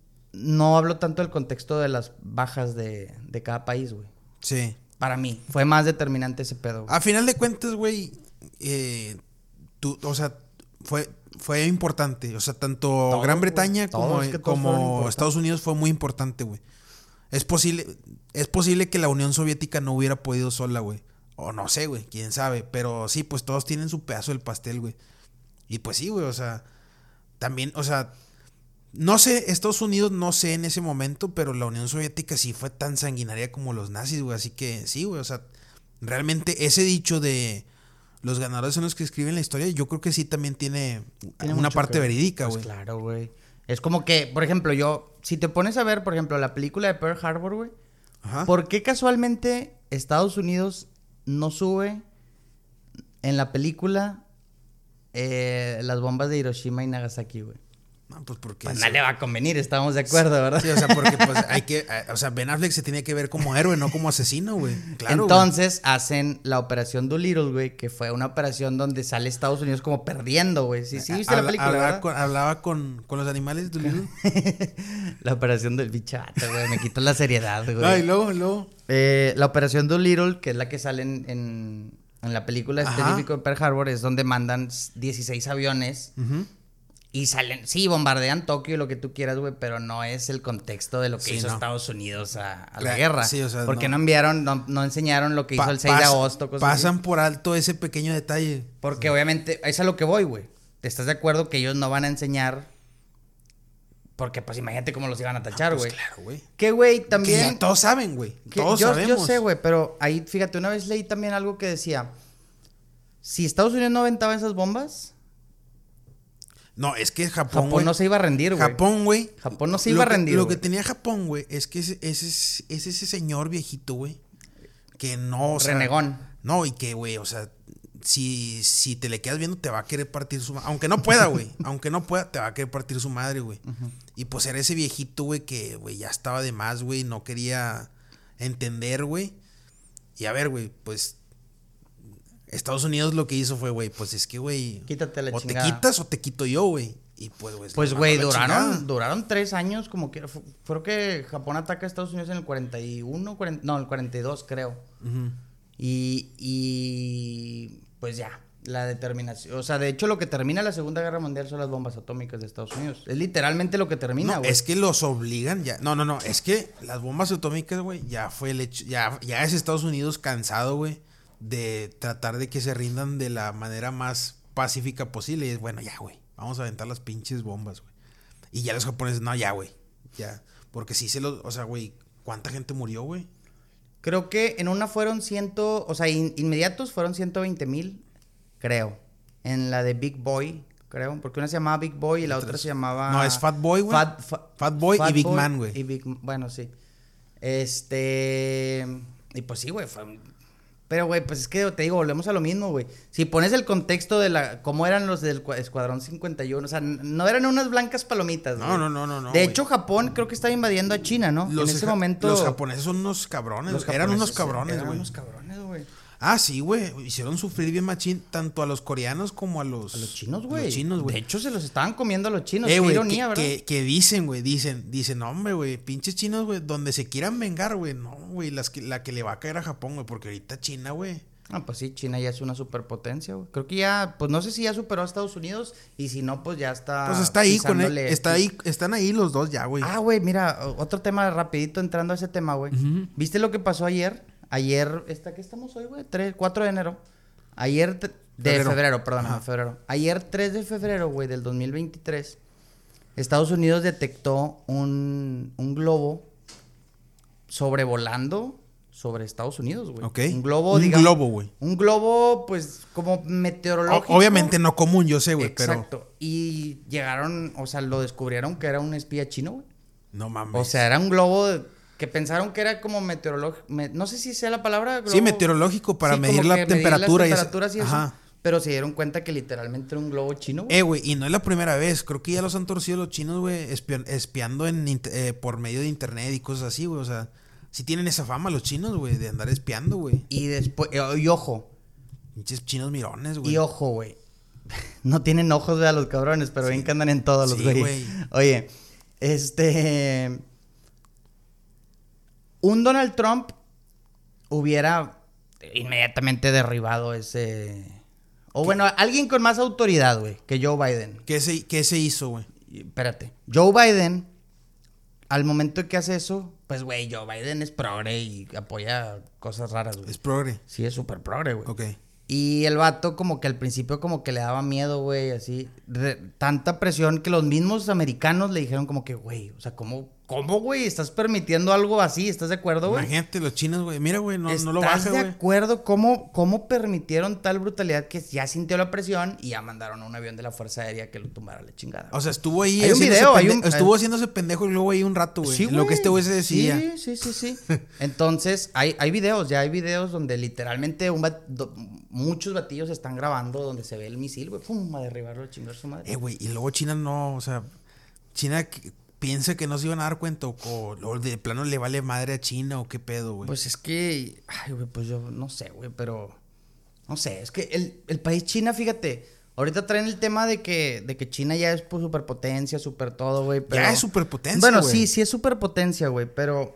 no hablo tanto del contexto de las bajas de, de cada país, güey. Sí. Para mí, fue más determinante ese pedo, güey. A final de cuentas, güey, eh, tú, o sea, fue, fue importante. O sea, tanto Todo, Gran güey. Bretaña Todo, como, es que todos fueron como importantes. Estados Unidos fue muy importante, güey. Es posible, es posible que la Unión Soviética no hubiera podido sola, güey. O no sé, güey, quién sabe. Pero sí, pues todos tienen su pedazo del pastel, güey. Y pues sí, güey, o sea, también, o sea, no sé, Estados Unidos no sé en ese momento, pero la Unión Soviética sí fue tan sanguinaria como los nazis, güey. Así que sí, güey, o sea, realmente ese dicho de los ganadores son los que escriben la historia, yo creo que sí también tiene, Tiene una mucho parte que ver. verídica, Pues güey. claro, güey. Es como que, por ejemplo, yo, si te pones a ver, por ejemplo, la película de Pearl Harbor, güey, Ajá. ¿por qué casualmente Estados Unidos no sube en la película eh, las bombas de Hiroshima y Nagasaki, güey? No, pues porque... Pues eso- no le va a convenir, estamos de acuerdo, ¿verdad? Sí, o sea, porque pues hay que... O sea, Ben Affleck se tiene que ver como héroe, no como asesino, güey. Claro, güey. Entonces hacen la operación Doolittle, güey, que fue una operación donde sale Estados Unidos como perdiendo, güey. Sí, sí, viste la Habla- película, hablaba, ¿verdad? con, hablaba con, con los animales, Doolittle. La operación del bichato, güey, me quitó la seriedad, güey. Ay, luego, luego. Eh, la operación Doolittle, que es la que sale en, en, en la película Ajá. específica de Pearl Harbor, es donde mandan dieciséis aviones Ujú. y salen, sí, bombardean Tokio y lo que tú quieras, güey, pero no es el contexto de lo que Sí, hizo no. Estados Unidos a, a la La- guerra. sí, o sea, porque no, no. enviaron, no, no enseñaron lo que hizo Pa- el seis de pasa- agosto, cosas así. Pasan por alto ese pequeño detalle. Porque obviamente, es a lo que voy, güey. ¿Estás de acuerdo que ellos no van a enseñar? Porque, pues, imagínate cómo los iban a tachar, Pues güey. claro, güey. Que, güey, Que también... ya todos saben, güey. que Todos yo, sabemos. yo sé, güey, pero ahí, fíjate, una vez leí también algo que decía... Si Estados Unidos no aventaba esas bombas, No, es que Japón, Japón güey. no se iba a rendir, güey. Japón, güey. Japón no se lo iba a que- rendir, Lo güey. que tenía Japón, güey, es que ese, ese, es es ese señor viejito, güey. Que no, o sea, Renegón. No, y que, güey, o sea, si, si te le quedas viendo, te va a querer partir su madre. Aunque no pueda, güey. Aunque no pueda, te va a querer partir su madre, güey. Y pues era ese viejito, güey, que, güey, ya estaba de más, güey. No quería entender, güey. Y a ver, güey, pues... Estados Unidos lo que hizo fue, güey, pues es que, güey... Quítate la o chingada. te quitas o te quito yo, güey. Y pues, güey... Pues, le güey, mandó la duraron, chingada. duraron tres años como quiera. Fu- Creo que Japón ataca a Estados Unidos en el cuarenta y uno, cuarenta, no, el cuarenta y dos, creo. Ujú. Y, y pues ya, la determinación. O sea, de hecho, lo que termina la Segunda Guerra Mundial son las bombas atómicas de Estados Unidos. Es literalmente lo que termina, No, güey. es que los obligan ya. No, no, no. Es que las bombas atómicas, güey, ya fue el hecho. Ya, ya es Estados Unidos cansado, güey, de tratar de que se rindan de la manera más pacífica posible. Y es bueno, ya, güey. Vamos a aventar las pinches bombas, güey. Y ya los japoneses, no, ya, güey. Ya. Porque sí se los. O sea, güey, ¿cuánta gente murió, güey? Creo que en una fueron ciento, o sea, in, inmediatos fueron ciento veinte mil, creo. En la de Big Boy, creo, porque una se llamaba Big Boy y la otra se llamaba... No, es Fat Boy, güey. Fat, fa, Fat Boy Fat y Big Boy Man, güey. Y Big, bueno, sí. Este... Y pues sí, güey, fue... Pero, güey, pues es que te digo, volvemos a lo mismo, güey. Si pones el contexto de la... cómo eran los del Escuadrón cincuenta y uno, o sea, no eran unas blancas palomitas, güey. No, no, no, no, no. De güey. hecho, Japón creo que estaba invadiendo a China, ¿no? Los en ese ja- momento... Los japoneses son unos cabrones. los Eran unos japoneses cabrones, Eran güey. unos cabrones, güey. Ah, sí, güey. Hicieron sufrir bien machín tanto a los coreanos como a los... A los chinos, güey. Los chinos, güey. De hecho, se los estaban comiendo a los chinos. Eh, Qué güey, ironía, que, ¿verdad? que, que dicen, güey, dicen, dicen, no, hombre, güey, pinches chinos, güey, donde se quieran vengar, güey, no, güey, las que, la que le va a caer a Japón, güey, porque ahorita China, güey. Ah, pues sí, China ya es una superpotencia, güey. Creo que ya, pues no sé si ya superó a Estados Unidos y si no, pues ya está. Pues está ahí con él, pisándole- está ahí, están ahí los dos ya, güey. Ah, güey, mira, otro tema rapidito entrando a ese tema, güey. Ujú. ¿Viste lo que pasó ayer? Ayer, ¿esta qué estamos hoy, güey? tres, cuatro de enero. Ayer, te- de Febrero. febrero, perdón, Ajá. febrero. Ayer, tres de febrero, güey, del dos mil veintitrés, Estados Unidos detectó un, un globo sobrevolando sobre Estados Unidos, güey. Ok. Un globo, Un digamos. globo, güey. Un globo, pues, como O- meteorológico. obviamente no común, yo sé, güey, pero... Exacto. Y llegaron, o sea, lo descubrieron que era un espía chino, güey. No mames. O sea, era un globo de- que pensaron que era como meteorológico. me- no sé si sea la palabra. Sí, meteorológico para Sí, medir como la que medir temperatura y las eso. temperaturas y eso. Ajá. Pero se dieron cuenta que literalmente era un globo chino, güey. Eh, güey, y no es la primera vez. Creo que ya los han torcido los chinos, güey, espion- espiando en, int- eh, por medio de internet y cosas así, güey. O sea, sí tienen esa fama los chinos, güey, de andar espiando, güey. Y después, y ojo, Pinches chinos mirones, güey. y ojo, güey. No tienen ojos, güey, a los cabrones, pero Sí. bien que andan en todos los, Sí, güey. güey. Oye, este... Un Donald Trump hubiera inmediatamente derribado ese... O bueno, alguien con más autoridad, güey, que Joe Biden. ¿Qué se, qué se hizo, güey? Y, espérate. Joe Biden, al momento que hace eso, pues, güey, Joe Biden es progre y apoya cosas raras, güey. Es progre. Sí, es súper progre, güey. Ok. Y el vato como que al principio como que le daba miedo, güey, así. Re- tanta presión que los mismos americanos le dijeron como que, güey, o sea, ¿cómo, cómo, güey? ¿Estás permitiendo algo así? ¿Estás de acuerdo, güey? Imagínate los chinos, güey. Mira, güey, no, no lo ¿Estás baja, de güey. acuerdo cómo, cómo permitieron tal brutalidad que ya sintió la presión y ya mandaron a un avión de la Fuerza Aérea que lo tumbara a la chingada? O sea, estuvo ahí. Hay un haciéndose video, hay pende- un- Estuvo haciéndose pendejo y luego ahí un rato, güey. Sí, en lo que este güey se decía. Sí, sí, sí, sí. Entonces, hay, hay videos, ya hay videos donde literalmente un bat- do- muchos batillos están grabando donde se ve el misil, güey, pum, a derribarlo, a chingar su madre. Eh, güey, y luego China no, o sea, China que- piensa que no se iban a dar cuenta o, o- o de plano le vale madre a China o qué pedo, güey. Pues es que, ay, güey, pues yo no sé, güey, pero no sé, es que el, el país China, fíjate, ahorita traen el tema de que, de que China ya es pues, superpotencia, super todo, güey, pero... Ya es superpotencia, Bueno, güey. sí, sí es superpotencia, güey, pero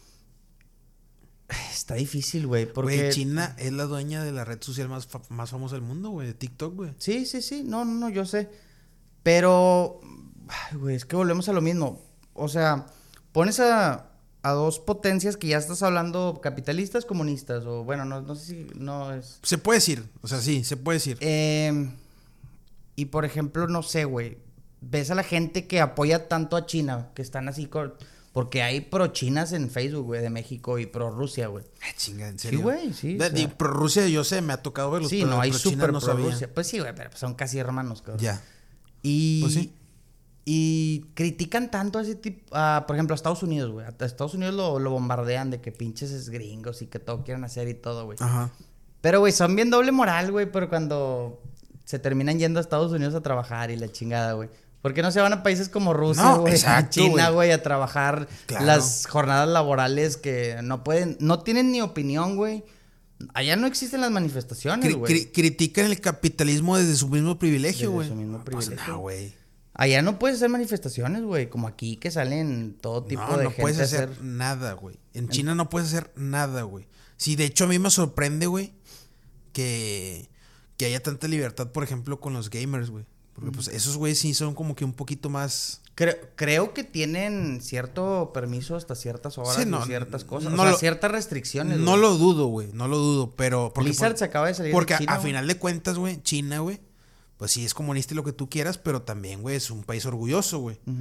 está difícil, güey, porque... Güey, China es la dueña de la red social más, fa- más famosa del mundo, güey, de TikTok, güey. Sí, sí, sí, no, no, no, yo sé. Pero, ay, güey, es que volvemos a lo mismo. O sea, pones a, a dos potencias que ya estás hablando, capitalistas, comunistas, o bueno, no, no sé si no es... Se puede decir, o sea, sí, se puede decir. Eh, y por ejemplo, no sé, güey, ves a la gente que apoya tanto a China, que están así con... Porque hay pro-chinas en Facebook, güey, de México y pro-Rusia, güey. Ah, chinga, en Sí, serio. güey, sí. De, o sea, de- pro Rusia, yo sé, me ha tocado verlos. sí, pero no, hay pro China súper no sabía. pro-Rusia. Pues sí, güey, pero son casi hermanos, cabrón. Ya. Y, Pues sí. y critican tanto a ese tipo, a, por ejemplo, a Estados Unidos, güey. A Estados Unidos lo, lo bombardean de que pinches es gringos y que todo quieren hacer y todo, güey. Ajá. Pero, güey, son bien doble moral, güey, pero cuando se terminan yendo a Estados Unidos a trabajar y la chingada, güey. ¿Por qué no se van a países como Rusia, No, güey? exacto, China, güey. güey, a trabajar Claro. las jornadas laborales que no pueden, no tienen ni opinión, güey. Allá no existen las manifestaciones, Cri- güey. cri- critican el capitalismo desde su mismo privilegio, Desde güey. su mismo No pasa privilegio. nada, güey. Allá no puedes hacer manifestaciones, güey, como aquí que salen todo tipo No, de no gente puedes a hacer, hacer... nada, güey. En China no puedes hacer nada, güey. Sí, de hecho a mí me sorprende, güey, que, que haya tanta libertad, por ejemplo, con los gamers, güey. Porque pues esos güeyes sí son como que un poquito más... Creo, creo que tienen cierto permiso hasta ciertas horas Sí, y no, ciertas cosas. no o sea, lo- ciertas restricciones, No güey. lo dudo, güey. No lo dudo, pero... Porque, Blizzard por- se acaba de salir porque de a- China, a, güey. final de cuentas, güey, China, güey, pues sí es comunista y lo que tú quieras, pero también, güey, es un país orgulloso, güey. Ujú.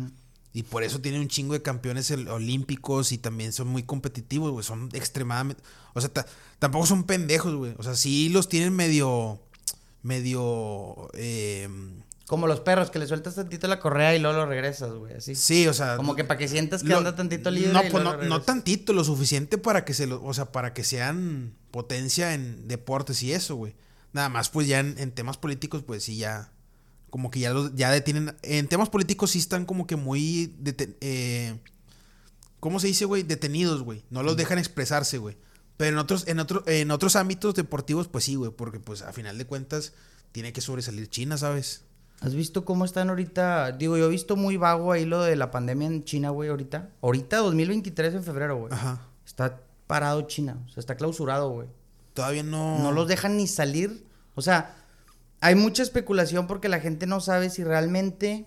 Y por eso tienen un chingo de campeones olímpicos y también son muy competitivos, güey. Son extremadamente... O sea, tampoco son pendejos, güey. O sea, sí los tienen medio... Medio... Eh, como los perros, que le sueltas tantito la correa y luego lo regresas, güey, así. Sí, o sea... Como que para que sientas que lo, anda tantito libre. No, pues no, no tantito, lo suficiente para que se lo... O sea, para que sean potencia en deportes y eso, güey. Nada más, pues ya en, en temas políticos, pues sí, ya... Como que ya los ya detienen... En temas políticos sí están como que muy... Deten, eh, ¿Cómo se dice, güey? Detenidos, güey. No los dejan expresarse, güey. Pero en otros, en, otro, en otros ámbitos deportivos, pues sí, güey. Porque, pues, a final de cuentas, tiene que sobresalir China, ¿sabes? ¿Has visto cómo están ahorita? Digo, yo he visto muy vago ahí lo de la pandemia en China, güey, ahorita. Ahorita, dos mil veintitrés en febrero, güey. Ajá. Está parado China. O sea, está clausurado, güey. Todavía no... No los dejan ni salir. O sea, hay mucha especulación porque la gente no sabe si realmente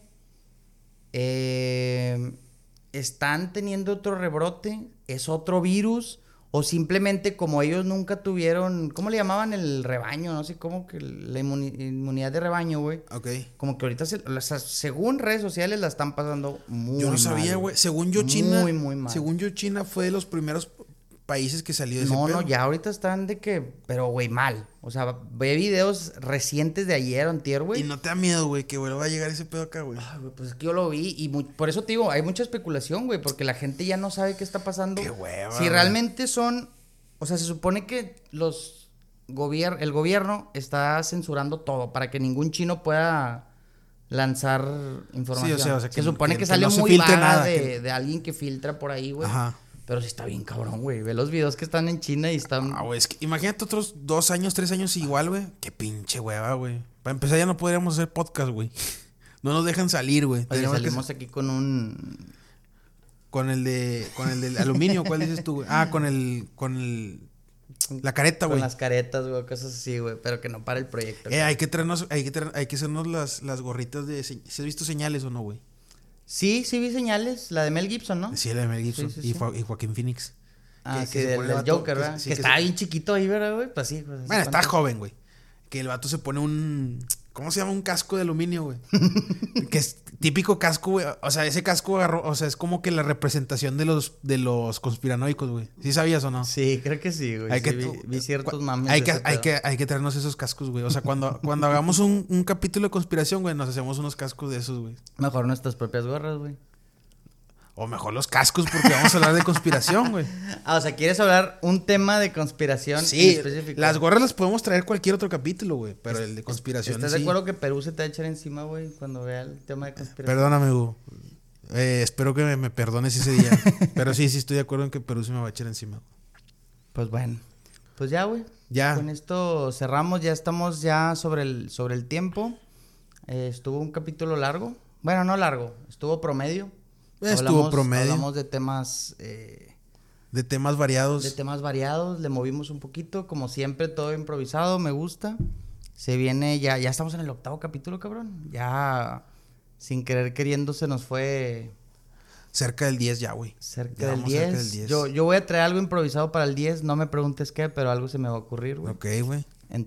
eh, están teniendo otro rebrote, es otro virus, o simplemente como ellos nunca tuvieron, ¿cómo le llamaban? El rebaño, no sé cómo, que la inmuni- inmunidad de rebaño, güey. Ok. Como que ahorita, se, o sea, según redes sociales, la están pasando muy mal. Yo no sabía, güey. Según yo, China... Muy, muy mal. Según yo, China fue de los primeros países que salió de ese No, pedo. no, ya ahorita están de que, pero güey, mal. O sea, ve videos recientes de ayer o antier, güey. Y no te da miedo, güey, que vuelva a llegar ese pedo acá, güey. Ay, güey, pues es que yo lo vi y mu- por eso te digo, hay mucha especulación, güey, porque la gente ya no sabe qué está pasando. Qué hueva, Si güey. realmente son, o sea, se supone que los gobier- el gobierno está censurando todo para que ningún chino pueda lanzar información. Sí, o sea, o sea, que- se supone que- que, que sale no se muy filtre vaga nada, de, que- de alguien que filtra por ahí, güey. Ajá. Pero sí está bien cabrón, güey. Ve los videos que están en China y están... Ah, güey, es que imagínate otros dos años, tres años igual, güey. Qué pinche hueva, güey. Para empezar ya no podríamos hacer podcast, güey. No nos dejan salir, güey. Oye, Tenemos que salimos aquí con un... Con el de... Con el del aluminio, ¿cuál dices tú, güey? Ah, con el... Con el... La careta, Con güey. las caretas, güey, cosas así, güey. Pero que no para el proyecto. Eh, hay que traernos... Hay que, traer, hay que hacernos las, las gorritas de... ¿Si has visto señales o no, güey? Sí, sí vi señales. La de Mel Gibson, ¿no? Sí, la de Mel Gibson. Sí, sí, y, sí. Jo- y Joaquín Phoenix. Ah, que- sí, que se del, pone el del vato- Joker, que- ¿verdad? sí, que que estaba se- bien chiquito ahí, ¿verdad, güey? Pues sí. Pues, así Bueno, está cuando- joven, güey. Que el vato se pone un... ¿Cómo se llama? Un casco de aluminio, güey. Que es típico casco, güey. O sea, ese casco agarró... O sea, es como que la representación de los, de los conspiranoicos, güey. ¿Sí sabías o no? Sí, creo que sí, güey. Hay Sí, que, vi, vi ciertos cu- mames. hay, de que, ese hay, pedo. que, hay que traernos esos cascos, güey. O sea, cuando, cuando hagamos un, un capítulo de conspiración, güey, nos hacemos unos cascos de esos, güey. Mejor nuestras propias gorras, güey. O mejor los cascos, porque vamos a hablar de conspiración, güey. Ah, o sea, ¿quieres hablar un tema de conspiración Sí, en específico? las gorras las podemos traer cualquier otro capítulo, güey. Pero el de conspiración ¿Estás sí. de acuerdo que Perú se te va a echar encima, güey, cuando vea el tema de conspiración? Perdóname, Hugo. Eh, espero que me, me perdones ese día. Pero sí, sí estoy de acuerdo en que Perú se me va a echar encima. Pues bueno. Pues ya, güey. Ya. Con esto cerramos, ya estamos ya sobre el, sobre el tiempo. Eh, estuvo un capítulo largo. Bueno, no largo, estuvo promedio. Estuvo Hablamos- promedio. Hablamos de temas, eh, De temas variados. de temas variados, le movimos un poquito, como siempre, todo improvisado, me gusta. Se viene, ya, ya estamos en el octavo capítulo, cabrón. Ya, sin querer queriendo, se nos fue Cerca del diez ya, güey. cerca, Ya del, vamos diez. cerca del diez. Yo, yo voy a traer algo improvisado para el diez, no me preguntes qué, pero algo se me va a ocurrir, güey. Ok, güey.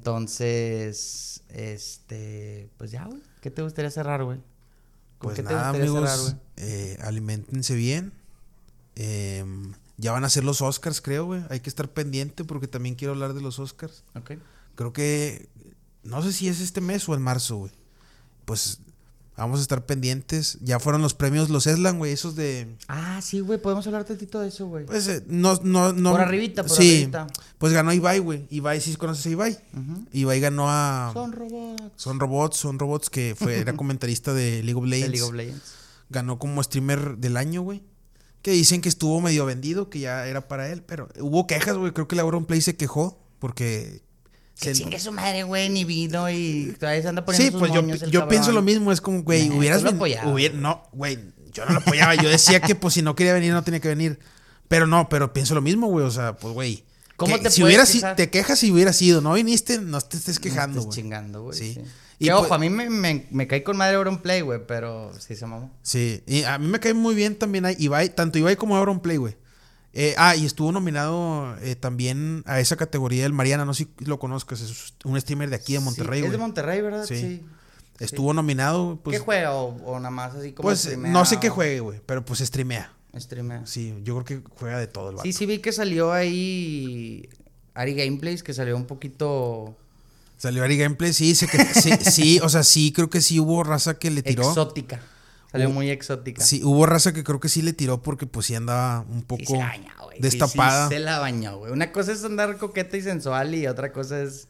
Entonces, este, pues ya, güey. ¿Qué te gustaría cerrar, güey? ¿Con Pues qué te nada, gustaría cerrar, amigos. güey? eh, aliméntense bien. Eh, ya van a ser los Oscars, creo, güey. Hay que estar pendiente porque también quiero hablar de los Oscars. Ok. Creo que... No sé si es este mes o en marzo, güey. Pues vamos a estar pendientes. Ya fueron los premios, los Eslan, güey. Esos de... Ah, sí, güey, podemos hablar tantito de eso, güey. Pues eh, no, no, no... Por arribita, por sí, arribita. pues ganó Ibai, güey. Ibai, ¿sí conoces a Ibai? Ujú. Ibai ganó a... Son robots. Son robots, son robots que fue, era comentarista de League of De Legends. League of Legends. Ganó como streamer del año, güey. Que dicen que estuvo medio vendido, que ya era para él, pero hubo quejas, güey. Creo que la Auronplay se quejó porque... Que se- chingue su madre, güey, ni vino y todavía se anda poniendo Sí, sus pues yo, moños el yo cabrón. pienso lo mismo. Es como, güey, Nah, hubieras... tú lo ven- apoyabas. hubiera- no, güey, yo no lo apoyaba. Yo decía que, pues, si no quería venir, no tenía que venir. Pero no, pero pienso lo mismo, güey. O sea, pues, güey... ¿Cómo que te si puedes hubieras, quejar? te quejas si hubieras ido, no viniste, no te estés No quejando, estés güey. chingando, güey. Sí. Sí. Y Que pues- ojo, a mí me, me, me cae con madre Auronplay, güey, pero sí se mamó. Sí, y a mí me cae muy bien también ahí Ibai, tanto Ibai como Auronplay, güey. Eh, ah, y estuvo nominado eh, también a esa categoría el Mariana, no sé si lo conozcas, es un streamer de aquí de Monterrey, Sí, güey. es de Monterrey, ¿verdad? Sí. Sí. Estuvo sí. nominado. Pues, ¿qué juega? O, o nada más así como pues streamea, no sé o... qué juegue, güey, pero pues streamea. Streamea. Sí, yo creo que juega de todo el vato. Sí, sí vi que salió ahí Ari Gameplays, que salió un poquito... Salió Ari Gameplay, sí, sé que, sí, sí, o sea, sí, creo que sí hubo raza que le tiró. Exótica. Salió hubo, muy exótica. Sí, hubo raza que creo que sí le tiró porque pues sí andaba un poco sí se la bañó, güey. destapada. Sí, sí se la bañó, güey. Una cosa es andar coqueta y sensual y otra cosa es...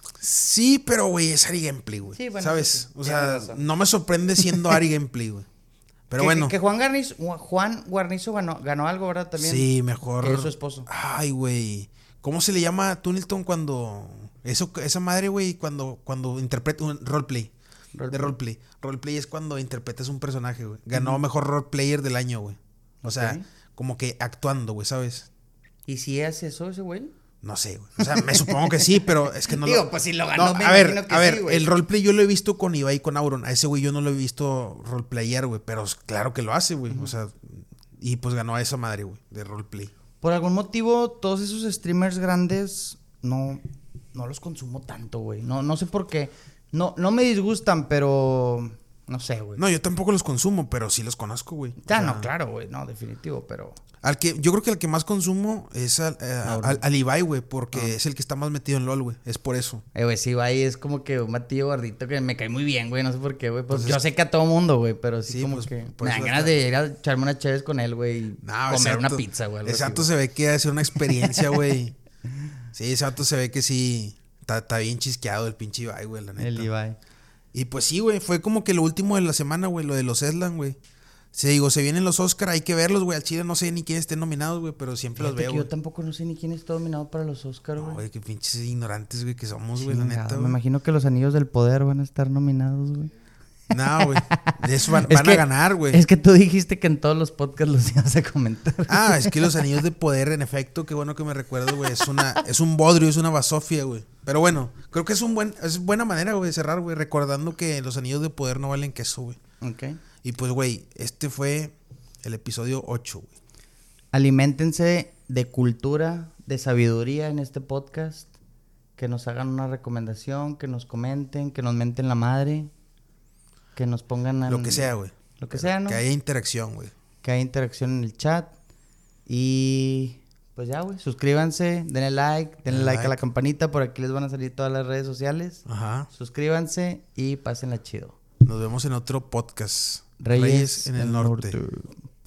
Sí, pero güey, es Ari Gameplay, güey. Sí, bueno, ¿sabes? Sí, sí. O sea, no me sorprende siendo Ari Gameplay, güey. Pero que, bueno. Que Juan Guarnizo, Juan Guarnizo ganó, ganó algo, ¿verdad? También. Sí, mejor. Que es su esposo. Ay, güey. ¿Cómo se le llama a Tunilton cuando... Eso, esa madre, güey, cuando, cuando interpreta un roleplay. Role de roleplay. Roleplay es cuando interpretas un personaje, güey. Ganó uh-huh. mejor roleplayer del año, güey. O sea, okay. como que actuando, güey, ¿sabes? ¿Y si hace eso ese güey? No sé, güey. O sea, me supongo que sí, pero es que no Digo, lo... pues si lo ganó, no, me a ver, imagino que a ver, sí, güey. El roleplay yo lo he visto con Ibai y con Auron. A ese güey yo no lo he visto roleplayer, güey. Pero claro que lo hace, güey. Uh-huh. O sea, y pues ganó a esa madre, güey, de roleplay. Por algún motivo, todos esos streamers grandes no... No los consumo tanto, güey. No, no sé por qué. No, no me disgustan, pero... No sé, güey. No, yo tampoco los consumo, pero sí los conozco, güey. Ya, o sea, no, claro, güey. No, definitivo, pero... Al que, yo creo que el que más consumo es al, eh, al, al Ibai, güey. Porque ah. es el que está más metido en LOL, güey. Es por eso. Eh, güey, sí, Ibai es como que un matillo gordito que me cae muy bien, güey. No sé por qué, güey. Pues, pues yo es... sé que a todo mundo, güey. Pero sí, sí como pues, que... Pues me dan ganas está... de ir a echarme unas chaves con él, güey. Y no, comer exacto, una pizza, güey. Exacto, así, se ve que hace una experiencia, güey. Sí, exacto, se ve que sí... Está, está bien chisqueado el pinche Ibai, güey, la neta. El Ibai. Y pues sí, güey, fue como que lo último de la semana, güey, lo de los Eslan, güey. Se digo, se vienen los Oscar, hay que verlos, güey. Al chile no sé ni quiénes estén nominados, güey, pero siempre Fíjate los veo. Que yo tampoco no sé ni quién está nominado para los Oscar, güey. No, güey, qué pinches ignorantes, güey, que somos, güey, la neta, Me güey. imagino que los Anillos del Poder van a estar nominados, güey. No, güey. De eso van, van que, a ganar, güey. Es que tú dijiste que en todos los podcasts los ibas a comentar. Ah, es que los Anillos de Poder, en efecto, qué bueno que me recuerdo, güey. Es una, es un bodrio, es una basofia, güey. Pero bueno, creo que es un buen, es buena manera, güey, de cerrar, güey, recordando que los Anillos de Poder no valen queso, güey. Ok. Y pues, güey, este fue el episodio ocho, güey. Aliméntense de cultura, de sabiduría en este podcast. Que nos hagan una recomendación, que nos comenten, que nos menten la madre. Que nos pongan... En, lo que sea, güey. Lo que sea, ¿no? Que haya interacción, güey. Que haya interacción en el chat. Y... Pues ya, güey. Suscríbanse, denle like, denle like, like a la campanita. Por aquí les van a salir todas las redes sociales. Ajá. Suscríbanse y pásenla chido. Nos vemos en otro podcast. Reyes, Reyes en el, el norte. norte.